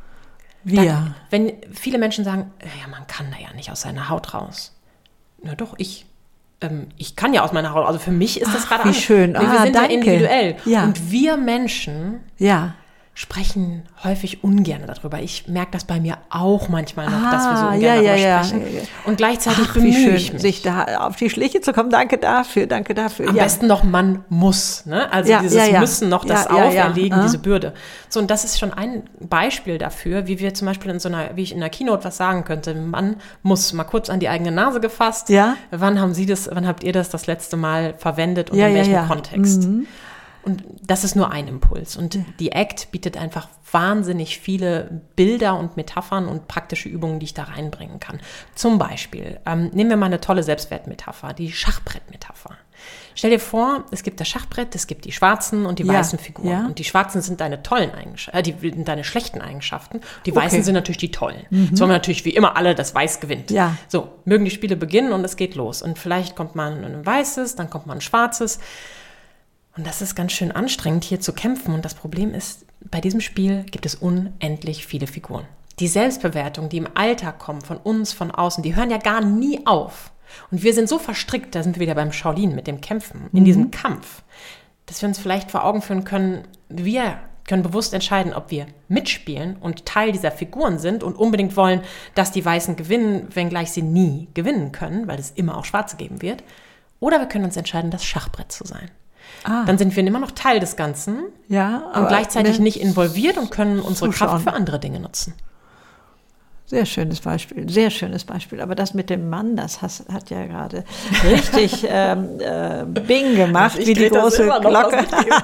Wir. Wenn viele Menschen sagen, ja, man kann da ja nicht aus seiner Haut raus. Na doch, ich kann ja aus meiner Haut. Also für mich ist das gerade wie schön. Wir sind danke. ja individuell. Ja. Und wir Menschen sprechen häufig ungern darüber. Ich merke das bei mir auch manchmal noch, dass wir so ungern darüber sprechen. Und gleichzeitig bemühe ich mich, sich da auf die Schliche zu kommen. Danke dafür. Am besten noch man muss. Ne? Also dieses Müssen noch, das Auferlegen, diese Bürde. So, und das ist schon ein Beispiel dafür, wie wir zum Beispiel wie ich in der Keynote was sagen könnte. Man muss mal kurz an die eigene Nase gefasst. Ja. Wann habt ihr das letzte Mal verwendet und in welchem Kontext? Und das ist nur ein Impuls. Und die ACT bietet einfach wahnsinnig viele Bilder und Metaphern und praktische Übungen, die ich da reinbringen kann. Zum Beispiel, nehmen wir mal eine tolle Selbstwertmetapher, die Schachbrettmetapher. Stell dir vor, es gibt das Schachbrett, es gibt die schwarzen und die weißen Figuren. Ja. Und die schwarzen sind deine tollen Eigenschaften, die sind deine schlechten Eigenschaften. Die weißen sind natürlich die tollen. So haben wir natürlich wie immer alle, das Weiß gewinnt. Ja. So, mögen die Spiele beginnen und es geht los. Und vielleicht kommt man ein weißes, dann kommt man ein schwarzes. Und das ist ganz schön anstrengend, hier zu kämpfen. Und das Problem ist, bei diesem Spiel gibt es unendlich viele Figuren. Die Selbstbewertung, die im Alltag kommen, von uns, von außen, die hören ja gar nie auf. Und wir sind so verstrickt, da sind wir wieder beim Shaolin mit dem Kämpfen, in diesem Kampf, dass wir uns vielleicht vor Augen führen können, wir können bewusst entscheiden, ob wir mitspielen und Teil dieser Figuren sind und unbedingt wollen, dass die Weißen gewinnen, wenngleich sie nie gewinnen können, weil es immer auch Schwarze geben wird. Oder wir können uns entscheiden, das Schachbrett zu sein. Dann sind wir immer noch Teil des Ganzen und gleichzeitig nicht involviert und können unsere Kraft für andere Dinge nutzen. Sehr schönes Beispiel. Aber das mit dem Mann, das hat ja gerade richtig Bing gemacht, wie die große Glocke.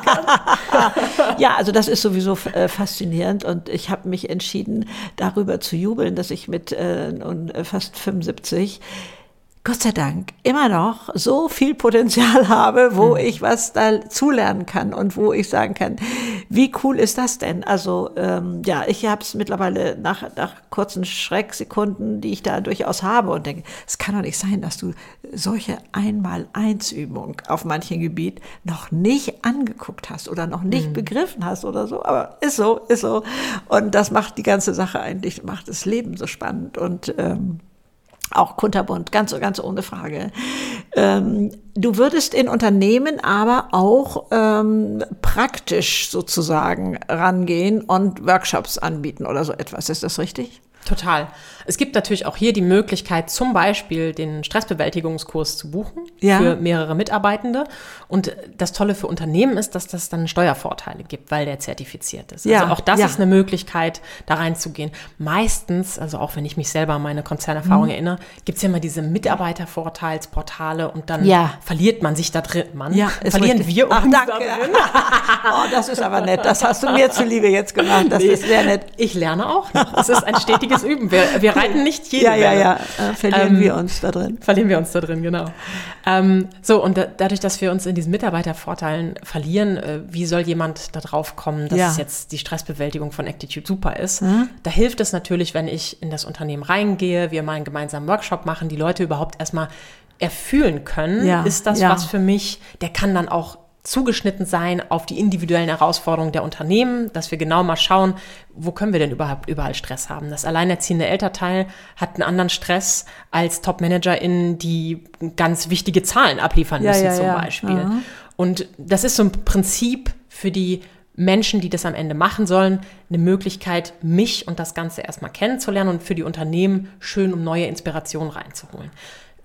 Ja, also das ist sowieso faszinierend und ich habe mich entschieden, darüber zu jubeln, dass ich mit fast 75 Gott sei Dank immer noch so viel Potenzial habe, wo ich was dazulernen kann und wo ich sagen kann, wie cool ist das denn? Also ich habe es mittlerweile nach kurzen Schrecksekunden, die ich da durchaus habe und denke, es kann doch nicht sein, dass du solche Einmal-Eins-Übung auf manchem Gebiet noch nicht angeguckt hast oder noch nicht begriffen hast oder so, aber ist so. Und das macht die ganze Sache eigentlich, macht das Leben so spannend und auch kunterbunt, ganz ohne Frage. Du würdest in Unternehmen aber auch praktisch sozusagen rangehen und Workshops anbieten oder so etwas. Ist das richtig? Total. Es gibt natürlich auch hier die Möglichkeit, zum Beispiel den Stressbewältigungskurs zu buchen für mehrere Mitarbeitende. Und das Tolle für Unternehmen ist, dass das dann Steuervorteile gibt, weil der zertifiziert ist. Also auch das ist eine Möglichkeit, da reinzugehen. Meistens, also auch wenn ich mich selber an meine Konzernerfahrung erinnere, gibt es ja immer diese Mitarbeitervorteilsportale und dann verliert man sich da drin. Verlieren richtig. Wir uns da drin. Oh, das ist aber nett. Das hast du mir zuliebe jetzt gemacht. Das ist sehr nett. Ich lerne auch noch. Es ist ein stetiges Üben. Wir reiten nicht jede Welle. Verlieren wir uns da drin. Verlieren wir uns da drin, genau. Und dadurch, dass wir uns in diesen Mitarbeitervorteilen verlieren, wie soll jemand da drauf kommen, dass jetzt die Stressbewältigung von Actitude super ist? Da hilft es natürlich, wenn ich in das Unternehmen reingehe, wir mal einen gemeinsamen Workshop machen, die Leute überhaupt erstmal erfühlen können, ist das was für mich, der kann dann auch zugeschnitten sein auf die individuellen Herausforderungen der Unternehmen, dass wir genau mal schauen, wo können wir denn überall Stress haben. Das alleinerziehende Elternteil hat einen anderen Stress als TopmanagerInnen, die ganz wichtige Zahlen abliefern müssen zum Beispiel. Ja. Und das ist so ein Prinzip für die Menschen, die das am Ende machen sollen, eine Möglichkeit, mich und das Ganze erstmal kennenzulernen und für die Unternehmen schön, um neue Inspirationen reinzuholen.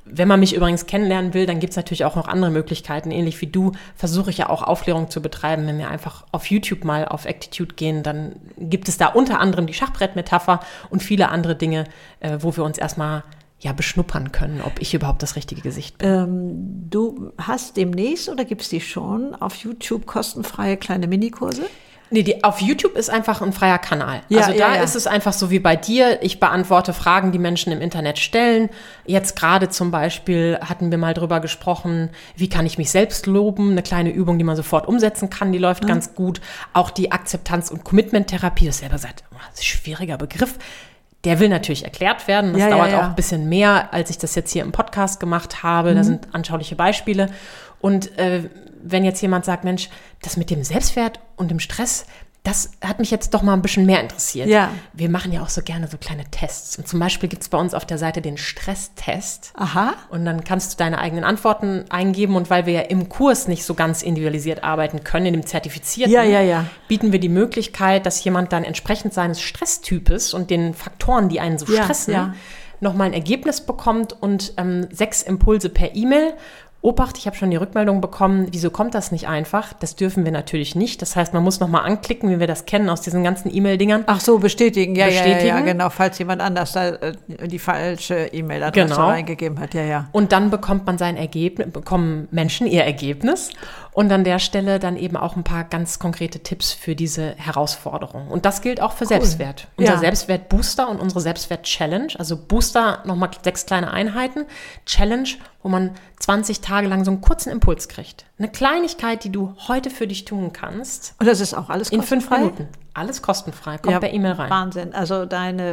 wenn man mich übrigens kennenlernen will, dann gibt es natürlich auch noch andere Möglichkeiten. Ähnlich wie du versuche ich ja auch Aufklärung zu betreiben. Wenn wir einfach auf YouTube mal auf Actitude gehen, dann gibt es da unter anderem die Schachbrettmetapher und viele andere Dinge, wo wir uns erstmal beschnuppern können, ob ich überhaupt das richtige Gesicht bin. Du hast demnächst oder gibt es die schon auf YouTube kostenfreie kleine Minikurse? Nee, auf YouTube ist einfach ein freier Kanal. Also da ist es einfach so wie bei dir. Ich beantworte Fragen, die Menschen im Internet stellen. Jetzt gerade zum Beispiel hatten wir mal drüber gesprochen, wie kann ich mich selbst loben? Eine kleine Übung, die man sofort umsetzen kann, die läuft ganz gut. Auch die Akzeptanz- und Commitment-Therapie, das selber sagt, das ist ein schwieriger Begriff. Der will natürlich erklärt werden. Das dauert auch ein bisschen mehr, als ich das jetzt hier im Podcast gemacht habe. Da sind anschauliche Beispiele. Und wenn jetzt jemand sagt, Mensch, das mit dem Selbstwert und dem Stress, das hat mich jetzt doch mal ein bisschen mehr interessiert. Ja. Wir machen ja auch so gerne so kleine Tests. Und zum Beispiel gibt es bei uns auf der Seite den Stresstest. Aha. Und dann kannst du deine eigenen Antworten eingeben. Und weil wir ja im Kurs nicht so ganz individualisiert arbeiten können, in dem Zertifizierten, bieten wir die Möglichkeit, dass jemand dann entsprechend seines Stresstypes und den Faktoren, die einen so stressen, nochmal ein Ergebnis bekommt und 6 Impulse per E-Mail. Obacht, ich habe schon die Rückmeldung bekommen, wieso kommt das nicht einfach? Das dürfen wir natürlich nicht. Das heißt, man muss nochmal anklicken, wie wir das kennen aus diesen ganzen E-Mail-Dingern. Ach so, bestätigen. Ja, genau, falls jemand anders da die falsche E-Mail-Adresse reingegeben hat. Ja. Und dann bekommt man sein Ergebnis, bekommen Menschen ihr Ergebnis und an der Stelle dann eben auch ein paar ganz konkrete Tipps für diese Herausforderung. Und das gilt auch für Selbstwert. Unser Selbstwert-Booster und unsere Selbstwert-Challenge. Also Booster, nochmal 6 kleine Einheiten. Challenge, wo man 20 Tage lang so einen kurzen Impuls kriegt. Eine Kleinigkeit, die du heute für dich tun kannst. Und das ist auch alles kostenfrei? In 5 Minuten. Alles kostenfrei. Kommt per E-Mail rein. Wahnsinn. Also deine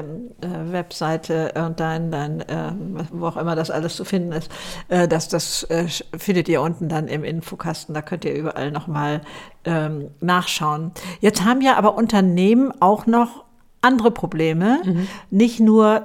Webseite und dein wo auch immer das alles zu finden ist, das findet ihr unten dann im Infokasten. Da könnt ihr überall nochmal nachschauen. Jetzt haben ja aber Unternehmen auch noch andere Probleme. Nicht nur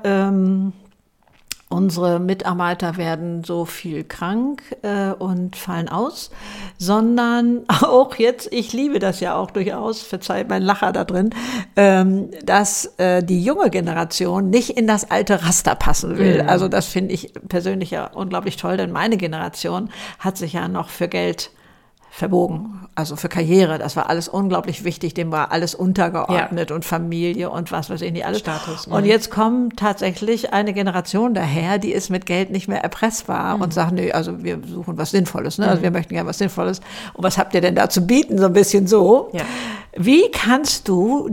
unsere Mitarbeiter werden so viel krank und fallen aus, sondern auch jetzt, ich liebe das ja auch durchaus, verzeiht mein Lacher da drin, dass die junge Generation nicht in das alte Raster passen will. Also das finde ich persönlich ja unglaublich toll, denn meine Generation hat sich ja noch für Geld verbogen, also für Karriere, das war alles unglaublich wichtig, dem war alles untergeordnet und Familie und was weiß ich nicht alles. Status. Und jetzt kommt tatsächlich eine Generation daher, die ist mit Geld nicht mehr erpressbar und sagt, nö, also wir suchen was Sinnvolles, ne? Also wir möchten gerne was Sinnvolles. Und was habt ihr denn da zu bieten, so ein bisschen so? Ja. Wie kannst du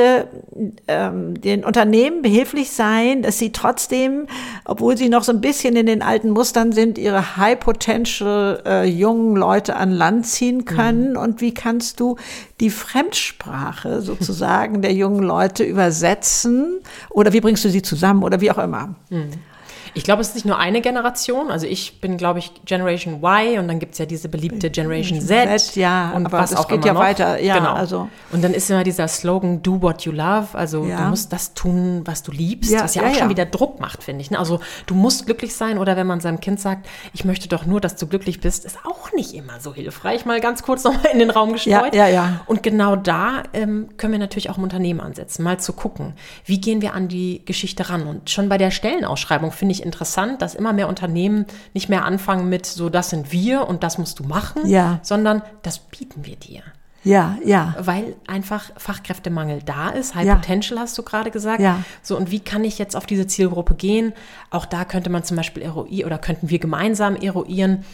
den Unternehmen behilflich sein, dass sie trotzdem, obwohl sie noch so ein bisschen in den alten Mustern sind, ihre High-Potential jungen Leute an Land ziehen können? Und wie kannst du die Fremdsprache sozusagen der jungen Leute übersetzen? Oder wie bringst du sie zusammen? Oder wie auch immer? Ich glaube, es ist nicht nur eine Generation. Also ich bin, glaube ich, Generation Y und dann gibt es ja diese beliebte Generation Z. Ja, und aber was das auch geht immer ja noch. Weiter. Ja, genau. Also. Und dann ist immer dieser Slogan, do what you love. Also du musst das tun, was du liebst, was ja auch schon wieder Druck macht, finde ich. Ne? Also du musst glücklich sein oder wenn man seinem Kind sagt, ich möchte doch nur, dass du glücklich bist, ist auch nicht immer so hilfreich. Mal ganz kurz nochmal in den Raum gestreut. Ja. Und genau da können wir natürlich auch im Unternehmen ansetzen, mal zu gucken, wie gehen wir an die Geschichte ran. Und schon bei der Stellenausschreibung finde ich interessant, dass immer mehr Unternehmen nicht mehr anfangen mit so, das sind wir und das musst du machen, sondern das bieten wir dir. Ja. Weil einfach Fachkräftemangel da ist. High Potential hast du gerade gesagt. Ja. So, und wie kann ich jetzt auf diese Zielgruppe gehen? Auch da könnte man zum Beispiel könnten wir gemeinsam eruieren,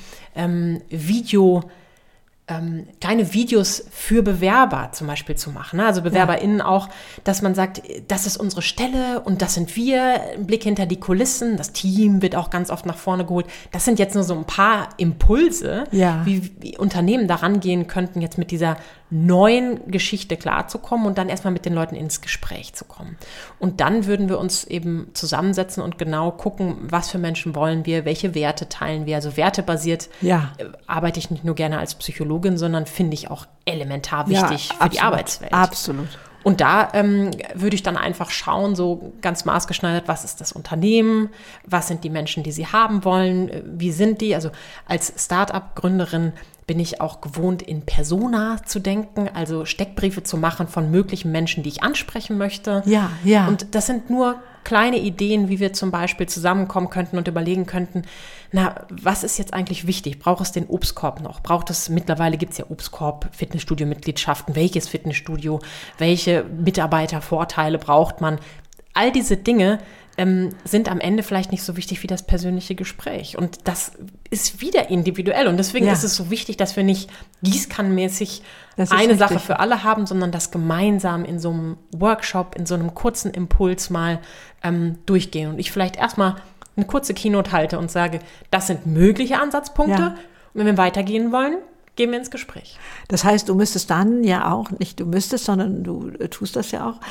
kleine Videos für Bewerber zum Beispiel zu machen. Also BewerberInnen auch, dass man sagt, das ist unsere Stelle und das sind wir, ein Blick hinter die Kulissen, das Team wird auch ganz oft nach vorne geholt. Das sind jetzt nur so ein paar Impulse, wie Unternehmen daran gehen könnten, jetzt mit dieser neuen Geschichte klarzukommen und dann erstmal mit den Leuten ins Gespräch zu kommen. Und dann würden wir uns eben zusammensetzen und genau gucken, was für Menschen wollen wir, welche Werte teilen wir. Also wertebasiert arbeite ich nicht nur gerne als Psychologin, sondern finde ich auch elementar wichtig für die Arbeitswelt. Absolut. Und da würde ich dann einfach schauen, so ganz maßgeschneidert, was ist das Unternehmen, was sind die Menschen, die sie haben wollen, wie sind die? Also als Start-up-Gründerin bin ich auch gewohnt, in Persona zu denken, also Steckbriefe zu machen von möglichen Menschen, die ich ansprechen möchte. Ja. Und das sind nur kleine Ideen, wie wir zum Beispiel zusammenkommen könnten und überlegen könnten, was ist jetzt eigentlich wichtig? Braucht es den Obstkorb noch? Mittlerweile gibt es ja Obstkorb, Fitnessstudio-Mitgliedschaften, welches Fitnessstudio, welche Mitarbeitervorteile braucht man? All diese Dinge sind am Ende vielleicht nicht so wichtig wie das persönliche Gespräch. Und das ist wieder individuell. Und deswegen ist es so wichtig, dass wir nicht gießkannenmäßig eine Sache für alle haben, sondern das gemeinsam in so einem Workshop, in so einem kurzen Impuls mal durchgehen. Und ich vielleicht erstmal eine kurze Keynote halte und sage, das sind mögliche Ansatzpunkte. Und wenn wir weitergehen wollen, gehen wir ins Gespräch. Das heißt, du müsstest dann ja auch, nicht du müsstest, sondern du tust das ja auch,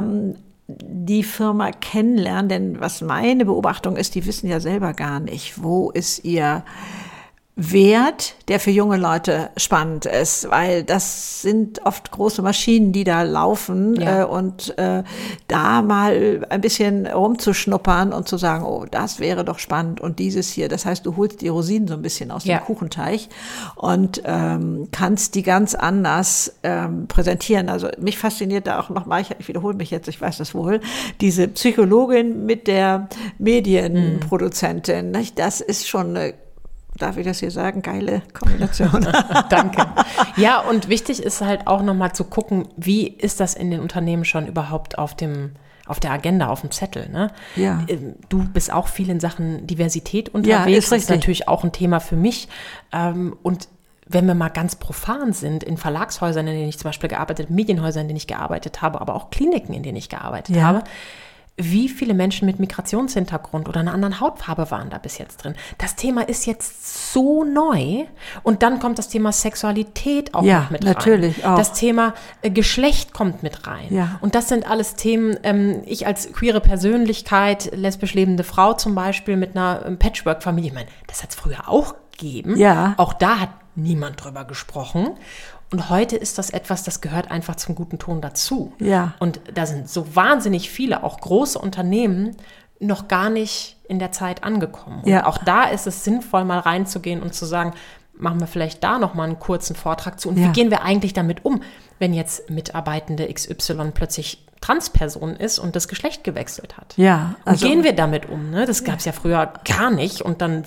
die Firma kennenlernen, denn was meine Beobachtung ist, die wissen ja selber gar nicht, wo ist ihr Wert, der für junge Leute spannend ist, weil das sind oft große Maschinen, die da laufen und da mal ein bisschen rumzuschnuppern und zu sagen, oh, das wäre doch spannend und dieses hier. Das heißt, du holst die Rosinen so ein bisschen aus dem Kuchenteig und kannst die ganz anders präsentieren. Also mich fasziniert da auch nochmal, ich wiederhole mich jetzt, ich weiß das wohl, diese Psychologin mit der Medienproduzentin. Das ist schon eine, darf ich das hier sagen, geile Kombination. Danke. Ja, und wichtig ist halt auch nochmal zu gucken, wie ist das in den Unternehmen schon überhaupt auf der Agenda, auf dem Zettel. Ne? Ja. Du bist auch viel in Sachen Diversität unterwegs. Das ist natürlich auch ein Thema für mich. Und wenn wir mal ganz profan sind, in Verlagshäusern, in denen ich zum Beispiel gearbeitet habe, Medienhäusern, in denen ich gearbeitet habe, aber auch Kliniken, in denen ich gearbeitet habe, wie viele Menschen mit Migrationshintergrund oder einer anderen Hautfarbe waren da bis jetzt drin? Das Thema ist jetzt so neu. Und dann kommt das Thema Sexualität auch noch mit rein. Ja, natürlich auch. Das Thema Geschlecht kommt mit rein. Ja. Und das sind alles Themen, ich als queere Persönlichkeit, lesbisch lebende Frau zum Beispiel mit einer Patchwork-Familie, ich meine, das hat es früher auch gegeben. Ja. Auch da hat niemand drüber gesprochen. Und heute ist das etwas, das gehört einfach zum guten Ton dazu. Ja. Und da sind so wahnsinnig viele, auch große Unternehmen, noch gar nicht in der Zeit angekommen. Und auch da ist es sinnvoll, mal reinzugehen und zu sagen, machen wir vielleicht da noch mal einen kurzen Vortrag zu. Und wie gehen wir eigentlich damit um, wenn jetzt Mitarbeitende XY plötzlich Transperson ist und das Geschlecht gewechselt hat? Ja. Also, wie gehen wir damit um? Ne? Das gab es ja früher gar nicht. Und dann,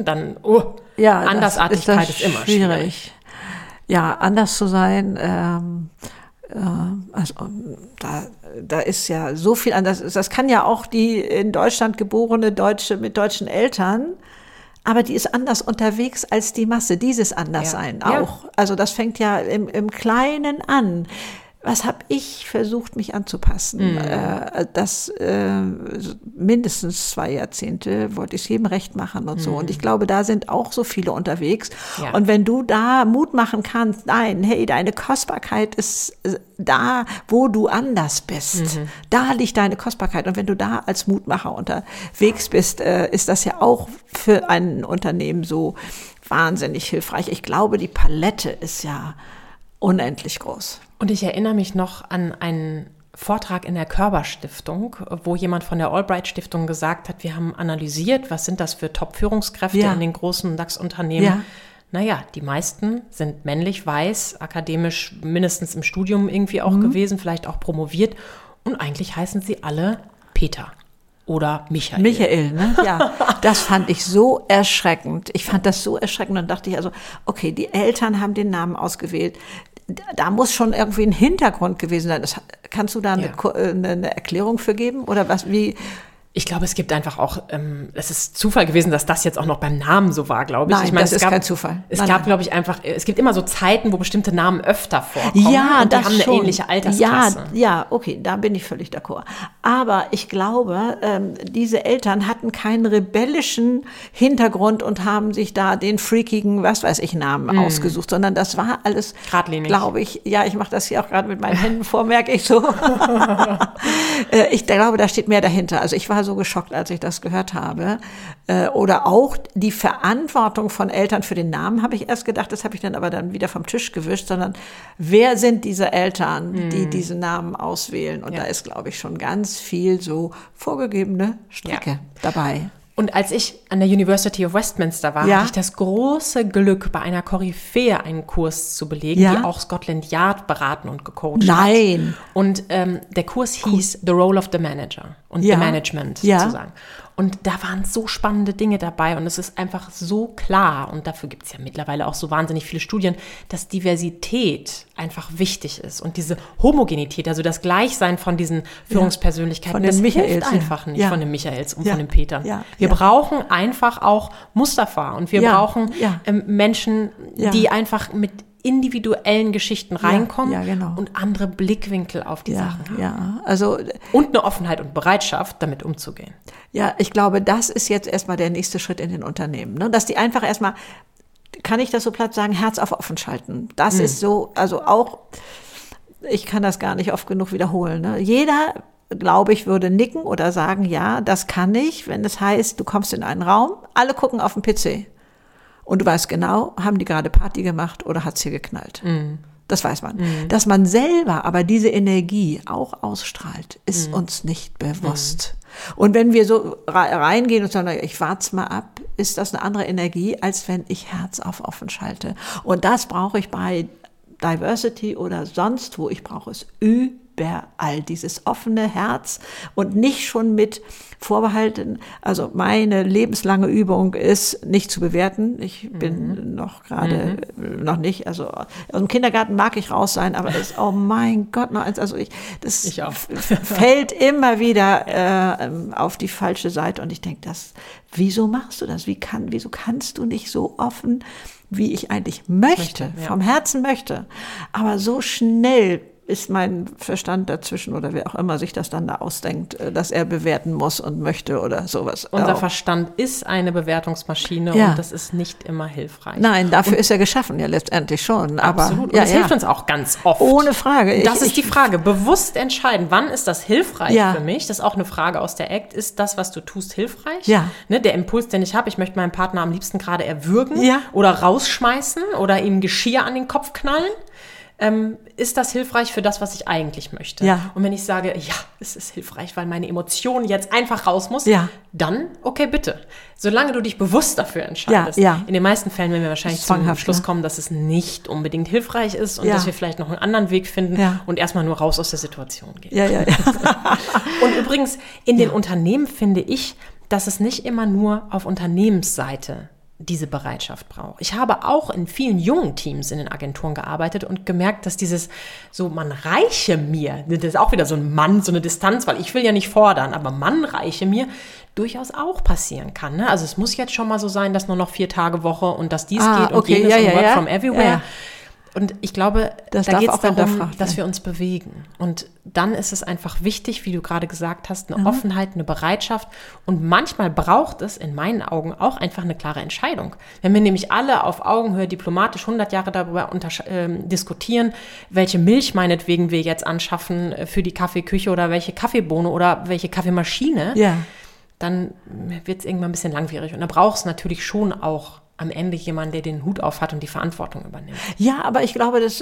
Andersartigkeit ist immer schwierig. Ja, anders zu sein, also da ist ja so viel anders. Das kann ja auch die in Deutschland geborene Deutsche mit deutschen Eltern, aber die ist anders unterwegs als die Masse. Dieses Anderssein auch. Also das fängt ja im Kleinen an. Was habe ich versucht, mich anzupassen? Das mindestens 2 Jahrzehnte wollte ich es jedem recht machen und so. Und ich glaube, da sind auch so viele unterwegs. Ja. Und wenn du da Mut machen kannst, nein, hey, deine Kostbarkeit ist da, wo du anders bist. Da liegt deine Kostbarkeit. Und wenn du da als Mutmacher unterwegs bist, ist das ja auch für ein Unternehmen so wahnsinnig hilfreich. Ich glaube, die Palette ist ja unendlich groß. Und ich erinnere mich noch an einen Vortrag in der Körber-Stiftung, wo jemand von der Albright-Stiftung gesagt hat, wir haben analysiert, was sind das für Top-Führungskräfte in den großen DAX-Unternehmen. Ja. Naja, die meisten sind männlich, weiß, akademisch mindestens im Studium irgendwie auch gewesen, vielleicht auch promoviert. Und eigentlich heißen sie alle Peter. Oder Michael. Michael, ne? Ja. Das fand ich so erschreckend. Ich fand das so erschreckend und dachte ich also, okay, die Eltern haben den Namen ausgewählt. Da muss schon irgendwie ein Hintergrund gewesen sein. Kannst du da eine Erklärung für geben? Oder was, wie? Ich glaube, es gibt einfach auch, es ist Zufall gewesen, dass das jetzt auch noch beim Namen so war, glaube ich. Nein, ich meine, das ist kein Zufall. Es gab, glaube ich, einfach, es gibt immer so Zeiten, wo bestimmte Namen öfter vorkommen. Ja, und die haben eine ähnliche Altersklasse. Ja, okay, da bin ich völlig d'accord. Aber ich glaube, diese Eltern hatten keinen rebellischen Hintergrund und haben sich da den freakigen, was weiß ich, Namen ausgesucht, sondern das war alles, glaube ich, ich mache das hier auch gerade mit meinen Händen vor, merke ich so. Ich glaube, da steht mehr dahinter. Also ich war so geschockt, als ich das gehört habe. Oder auch die Verantwortung von Eltern für den Namen, habe ich erst gedacht, das habe ich dann aber dann wieder vom Tisch gewischt, sondern wer sind diese Eltern, die diesen Namen auswählen? Und da ist, glaube ich, schon ganz viel so vorgegebene Strecke dabei. Und als ich an der University of Westminster war, hatte ich das große Glück, bei einer Koryphäe einen Kurs zu belegen, die auch Scotland Yard beraten und gecoacht hat. Nein! Und der Kurs hieß The Role of the Manager. und dem Management sozusagen. Und da waren so spannende Dinge dabei und es ist einfach so klar, und dafür gibt es ja mittlerweile auch so wahnsinnig viele Studien, dass Diversität einfach wichtig ist und diese Homogenität, also das Gleichsein von diesen Führungspersönlichkeiten, das hilft einfach nicht von den Michaels und von den Petern. Wir brauchen einfach auch Mustafa und wir brauchen Menschen, die einfach mit individuellen Geschichten reinkommen und andere Blickwinkel auf die Sachen haben. Ja, also, und eine Offenheit und Bereitschaft, damit umzugehen. Ja, ich glaube, das ist jetzt erstmal der nächste Schritt in den Unternehmen. Ne? Dass die einfach erstmal, kann ich das so platt sagen, Herz auf offen schalten. Das ist so, also auch, ich kann das gar nicht oft genug wiederholen. Ne? Jeder, glaube ich, würde nicken oder sagen, ja, das kann ich, wenn es heißt, du kommst in einen Raum, alle gucken auf den PC. Und du weißt genau, haben die gerade Party gemacht oder hat's hier geknallt? Das weiß man. Dass man selber aber diese Energie auch ausstrahlt, ist uns nicht bewusst. Und wenn wir so reingehen und sagen, ich wart's mal ab, ist das eine andere Energie, als wenn ich Herz auf offen schalte. Und das brauche ich bei Diversity oder sonst wo. Ich brauche es überall, dieses offene Herz und nicht schon mit Vorbehalten. Also meine lebenslange Übung ist, nicht zu bewerten. Ich bin noch gerade noch nicht, also aus dem Kindergarten mag ich raus sein, aber es, oh mein Gott, noch eins, also das fällt immer wieder auf die falsche Seite und ich denke, wieso machst du das? Wieso kannst du nicht so offen, wie ich eigentlich möchte, vom Herzen möchte, aber so schnell ist mein Verstand dazwischen oder wer auch immer sich das dann da ausdenkt, dass er bewerten muss und möchte oder sowas. Unser Verstand ist eine Bewertungsmaschine und das ist nicht immer hilfreich. Nein, dafür ist er geschaffen, ja letztendlich schon. Aber, absolut, und das hilft uns auch ganz oft. Ohne Frage. Das ist die Frage, bewusst entscheiden, wann ist das hilfreich für mich? Das ist auch eine Frage aus der ACT. Ist das, was du tust, hilfreich? Ja. Ne, der Impuls, den ich habe, ich möchte meinen Partner am liebsten gerade erwürgen oder rausschmeißen oder ihm Geschirr an den Kopf knallen. Ist das hilfreich für das, was ich eigentlich möchte? Ja. Und wenn ich sage, ja, es ist hilfreich, weil meine Emotion jetzt einfach raus muss, dann, okay, bitte. Solange du dich bewusst dafür entscheidest. In den meisten Fällen werden wir wahrscheinlich zum Schluss kommen, dass es nicht unbedingt hilfreich ist und dass wir vielleicht noch einen anderen Weg finden und erstmal nur raus aus der Situation gehen. Und übrigens, in den Unternehmen finde ich, dass es nicht immer nur auf Unternehmensseite diese Bereitschaft braucht. Ich habe auch in vielen jungen Teams in den Agenturen gearbeitet und gemerkt, dass dieses so, man reiche mir, das ist auch wieder so ein Mann, so eine Distanz, weil ich will ja nicht fordern, aber man reiche mir, durchaus auch passieren kann. Ne? Also es muss jetzt schon mal so sein, dass nur noch 4 Tage Woche und dass dies geht und jenes und Work from Everywhere. Ja. Und ich glaube, da geht es darum, dass wir uns bewegen. Und dann ist es einfach wichtig, wie du gerade gesagt hast, eine Offenheit, eine Bereitschaft. Und manchmal braucht es in meinen Augen auch einfach eine klare Entscheidung. Wenn wir nämlich alle auf Augenhöhe diplomatisch 100 Jahre darüber diskutieren, welche Milch meinetwegen wir jetzt anschaffen für die Kaffeeküche oder welche Kaffeebohne oder welche Kaffeemaschine, dann wird es irgendwann ein bisschen langwierig. Und da braucht es natürlich schon auch am Ende jemand, der den Hut auf hat und die Verantwortung übernimmt. Ja, aber ich glaube, dass,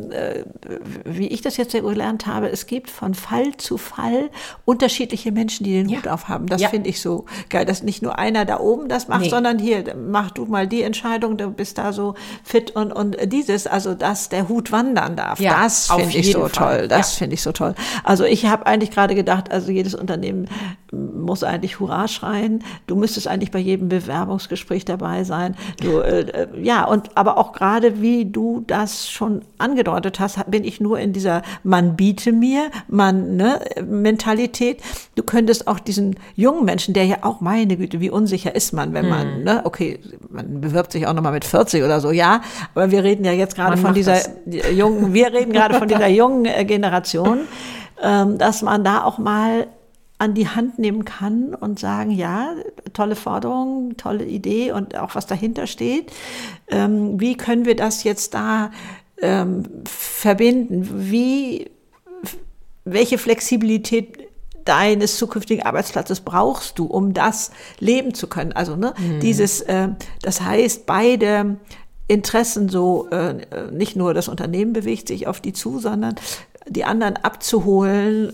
wie ich das jetzt gelernt habe, es gibt von Fall zu Fall unterschiedliche Menschen, die den Hut auf haben. Das finde ich so geil, dass nicht nur einer da oben das macht, sondern hier, mach du mal die Entscheidung, du bist da so fit und dieses, also dass der Hut wandern darf. Ja, das finde ich so toll. Das finde ich so toll. Also ich habe eigentlich gerade gedacht, also jedes Unternehmen muss eigentlich Hurra schreien. Du müsstest eigentlich bei jedem Bewerbungsgespräch dabei sein. Du, aber auch gerade wie du das schon angedeutet hast, bin ich nur in dieser man biete mir, Mentalität. Du könntest auch diesen jungen Menschen, der ja auch, meine Güte, wie unsicher ist man, wenn man, man bewirbt sich auch nochmal mit 40 oder so, aber wir reden ja jetzt gerade von dieser jungen Generation, dass man da auch mal an die Hand nehmen kann und sagen, ja, tolle Forderung, tolle Idee und auch was dahinter steht. Wie können wir das jetzt da verbinden? Welche Flexibilität deines zukünftigen Arbeitsplatzes brauchst du, um das leben zu können? Also dieses, das heißt, beide Interessen so, nicht nur das Unternehmen bewegt sich auf die zu, sondern die anderen abzuholen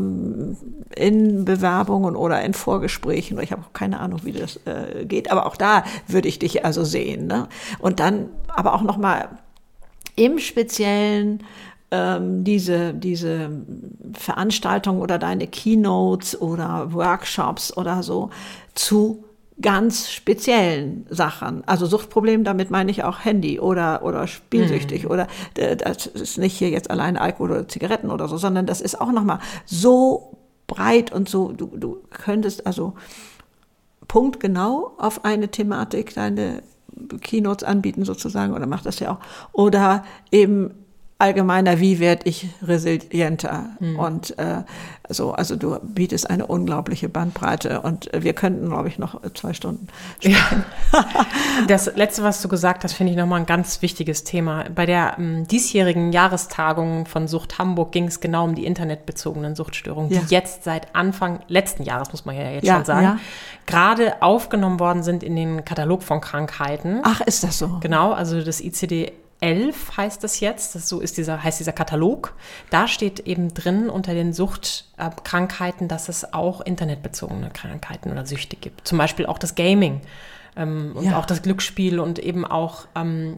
in Bewerbungen oder in Vorgesprächen. Ich habe auch keine Ahnung, wie das geht, aber auch da würde ich dich also sehen. Ne? Und dann aber auch nochmal im Speziellen diese Veranstaltung oder deine Keynotes oder Workshops oder so zu ganz speziellen Sachen. Also Suchtproblem, damit meine ich auch Handy oder spielsüchtig oder das ist nicht hier jetzt allein Alkohol oder Zigaretten oder so, sondern das ist auch nochmal so breit und so, du könntest also punktgenau auf eine Thematik deine Keynotes anbieten sozusagen oder mach das ja auch. Oder eben allgemeiner, wie werde ich resilienter? Und also du bietest eine unglaubliche Bandbreite und wir könnten, glaube ich, noch 2 Stunden sprechen. Ja. Das Letzte, was du gesagt hast, finde ich nochmal ein ganz wichtiges Thema. Bei der diesjährigen Jahrestagung von Sucht Hamburg ging es genau um die internetbezogenen Suchtstörungen, die jetzt seit Anfang letzten Jahres, muss man ja jetzt schon sagen, gerade aufgenommen worden sind in den Katalog von Krankheiten. Ach, ist das so? Genau, also das ICD-11 heißt das jetzt, heißt dieser Katalog. Da steht eben drin unter den Suchtkrankheiten, dass es auch internetbezogene Krankheiten oder Süchte gibt. Zum Beispiel auch das Gaming und auch das Glücksspiel und eben auch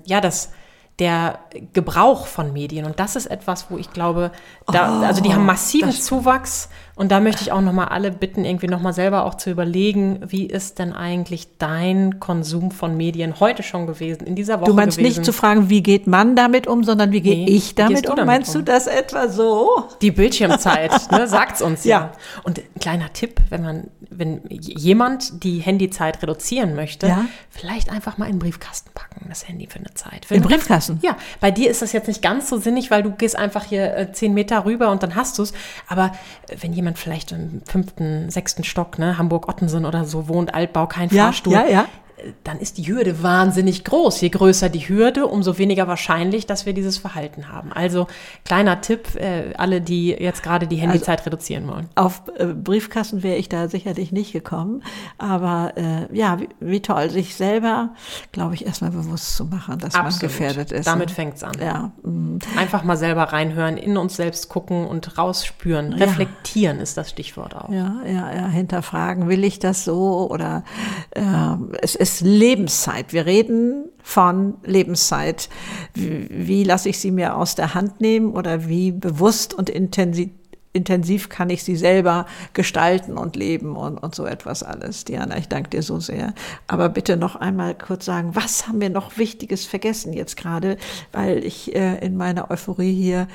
der Gebrauch von Medien. Und das ist etwas, wo ich glaube, also die haben massiven Zuwachs. Und da möchte ich auch nochmal alle bitten, irgendwie nochmal selber auch zu überlegen, wie ist denn eigentlich dein Konsum von Medien heute schon gewesen, in dieser Woche gewesen? Du meinst nicht zu fragen, wie geht man damit um, sondern wie gehe ich damit um? Meinst du das etwa so? Die Bildschirmzeit, sagt's uns ja. Und ein kleiner Tipp, wenn jemand die Handyzeit reduzieren möchte, vielleicht einfach mal in den Briefkasten packen, das Handy für eine Zeit. Im Briefkasten? Ja, bei dir ist das jetzt nicht ganz so sinnig, weil du gehst einfach hier 10 Meter rüber und dann hast du es. Aber wenn jemand vielleicht im 5., 6. Stock, Hamburg-Ottensen oder so wohnt, Altbau, kein Fahrstuhl, dann ist die Hürde wahnsinnig groß. Je größer die Hürde, umso weniger wahrscheinlich, dass wir dieses Verhalten haben. Also kleiner Tipp, alle, die jetzt gerade die Handyzeit reduzieren wollen. Auf Briefkasten wäre ich da sicherlich nicht gekommen. Aber wie toll, sich selber, glaube ich, erstmal bewusst zu machen, dass man gefährdet ist. Damit fängt's an. Ja. Einfach mal selber reinhören, in uns selbst gucken und rausspüren. Reflektieren ist das Stichwort auch. Ja, hinterfragen, will ich das so oder es ist Lebenszeit. Wir reden von Lebenszeit. Wie lasse ich sie mir aus der Hand nehmen oder wie bewusst und intensiv kann ich sie selber gestalten und leben und so etwas alles. Diana, ich danke dir so sehr. Aber bitte noch einmal kurz sagen, was haben wir noch Wichtiges vergessen jetzt gerade, weil ich in meiner Euphorie hier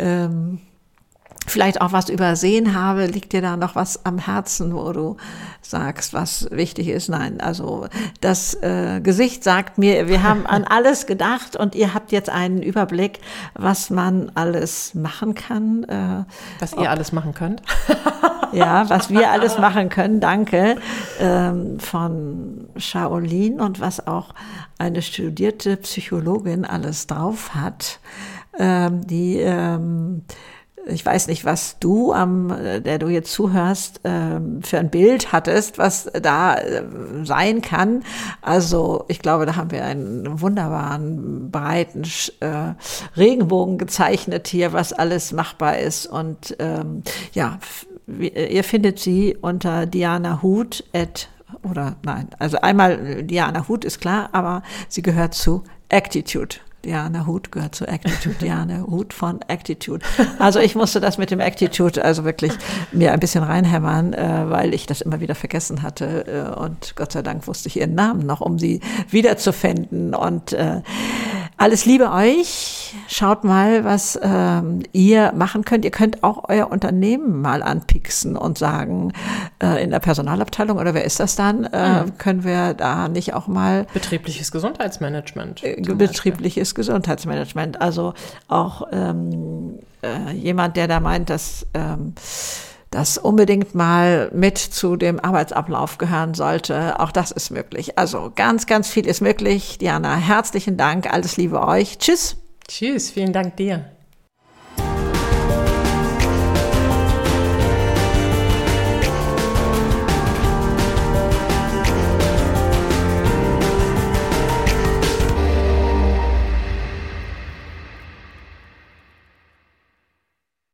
vielleicht auch was übersehen habe. Liegt dir da noch was am Herzen, wo du sagst, was wichtig ist? Nein, also das Gesicht sagt mir, wir haben an alles gedacht und ihr habt jetzt einen Überblick, was man alles machen kann. Was ihr alles machen könnt. Ja, was wir alles machen können, danke, von Shaolin und was auch eine studierte Psychologin alles drauf hat, ich weiß nicht, was du, der du jetzt zuhörst, für ein Bild hattest, was da sein kann. Also ich glaube, da haben wir einen wunderbaren, breiten Regenbogen gezeichnet hier, was alles machbar ist. Und ihr findet sie unter Diana Huth also einmal Diana Huth ist klar, aber sie gehört zu Actitude. Diana Huth gehört zu Actitude. Diana Huth von Actitude. Also ich musste das mit dem Actitude also wirklich mir ein bisschen reinhämmern, weil ich das immer wieder vergessen hatte. Und Gott sei Dank wusste ich ihren Namen noch, um sie wiederzufinden. Und alles Liebe euch. Schaut mal, was ihr machen könnt. Ihr könnt auch euer Unternehmen mal anpixen und sagen, in der Personalabteilung, oder wer ist das dann? Können wir da nicht auch mal... Betriebliches Gesundheitsmanagement. Betriebliches Gesundheitsmanagement. Also auch jemand, der da meint, dass das unbedingt mal mit zu dem Arbeitsablauf gehören sollte. Auch das ist möglich. Also ganz, ganz viel ist möglich. Diana, herzlichen Dank. Alles Liebe euch. Tschüss. Tschüss. Vielen Dank dir.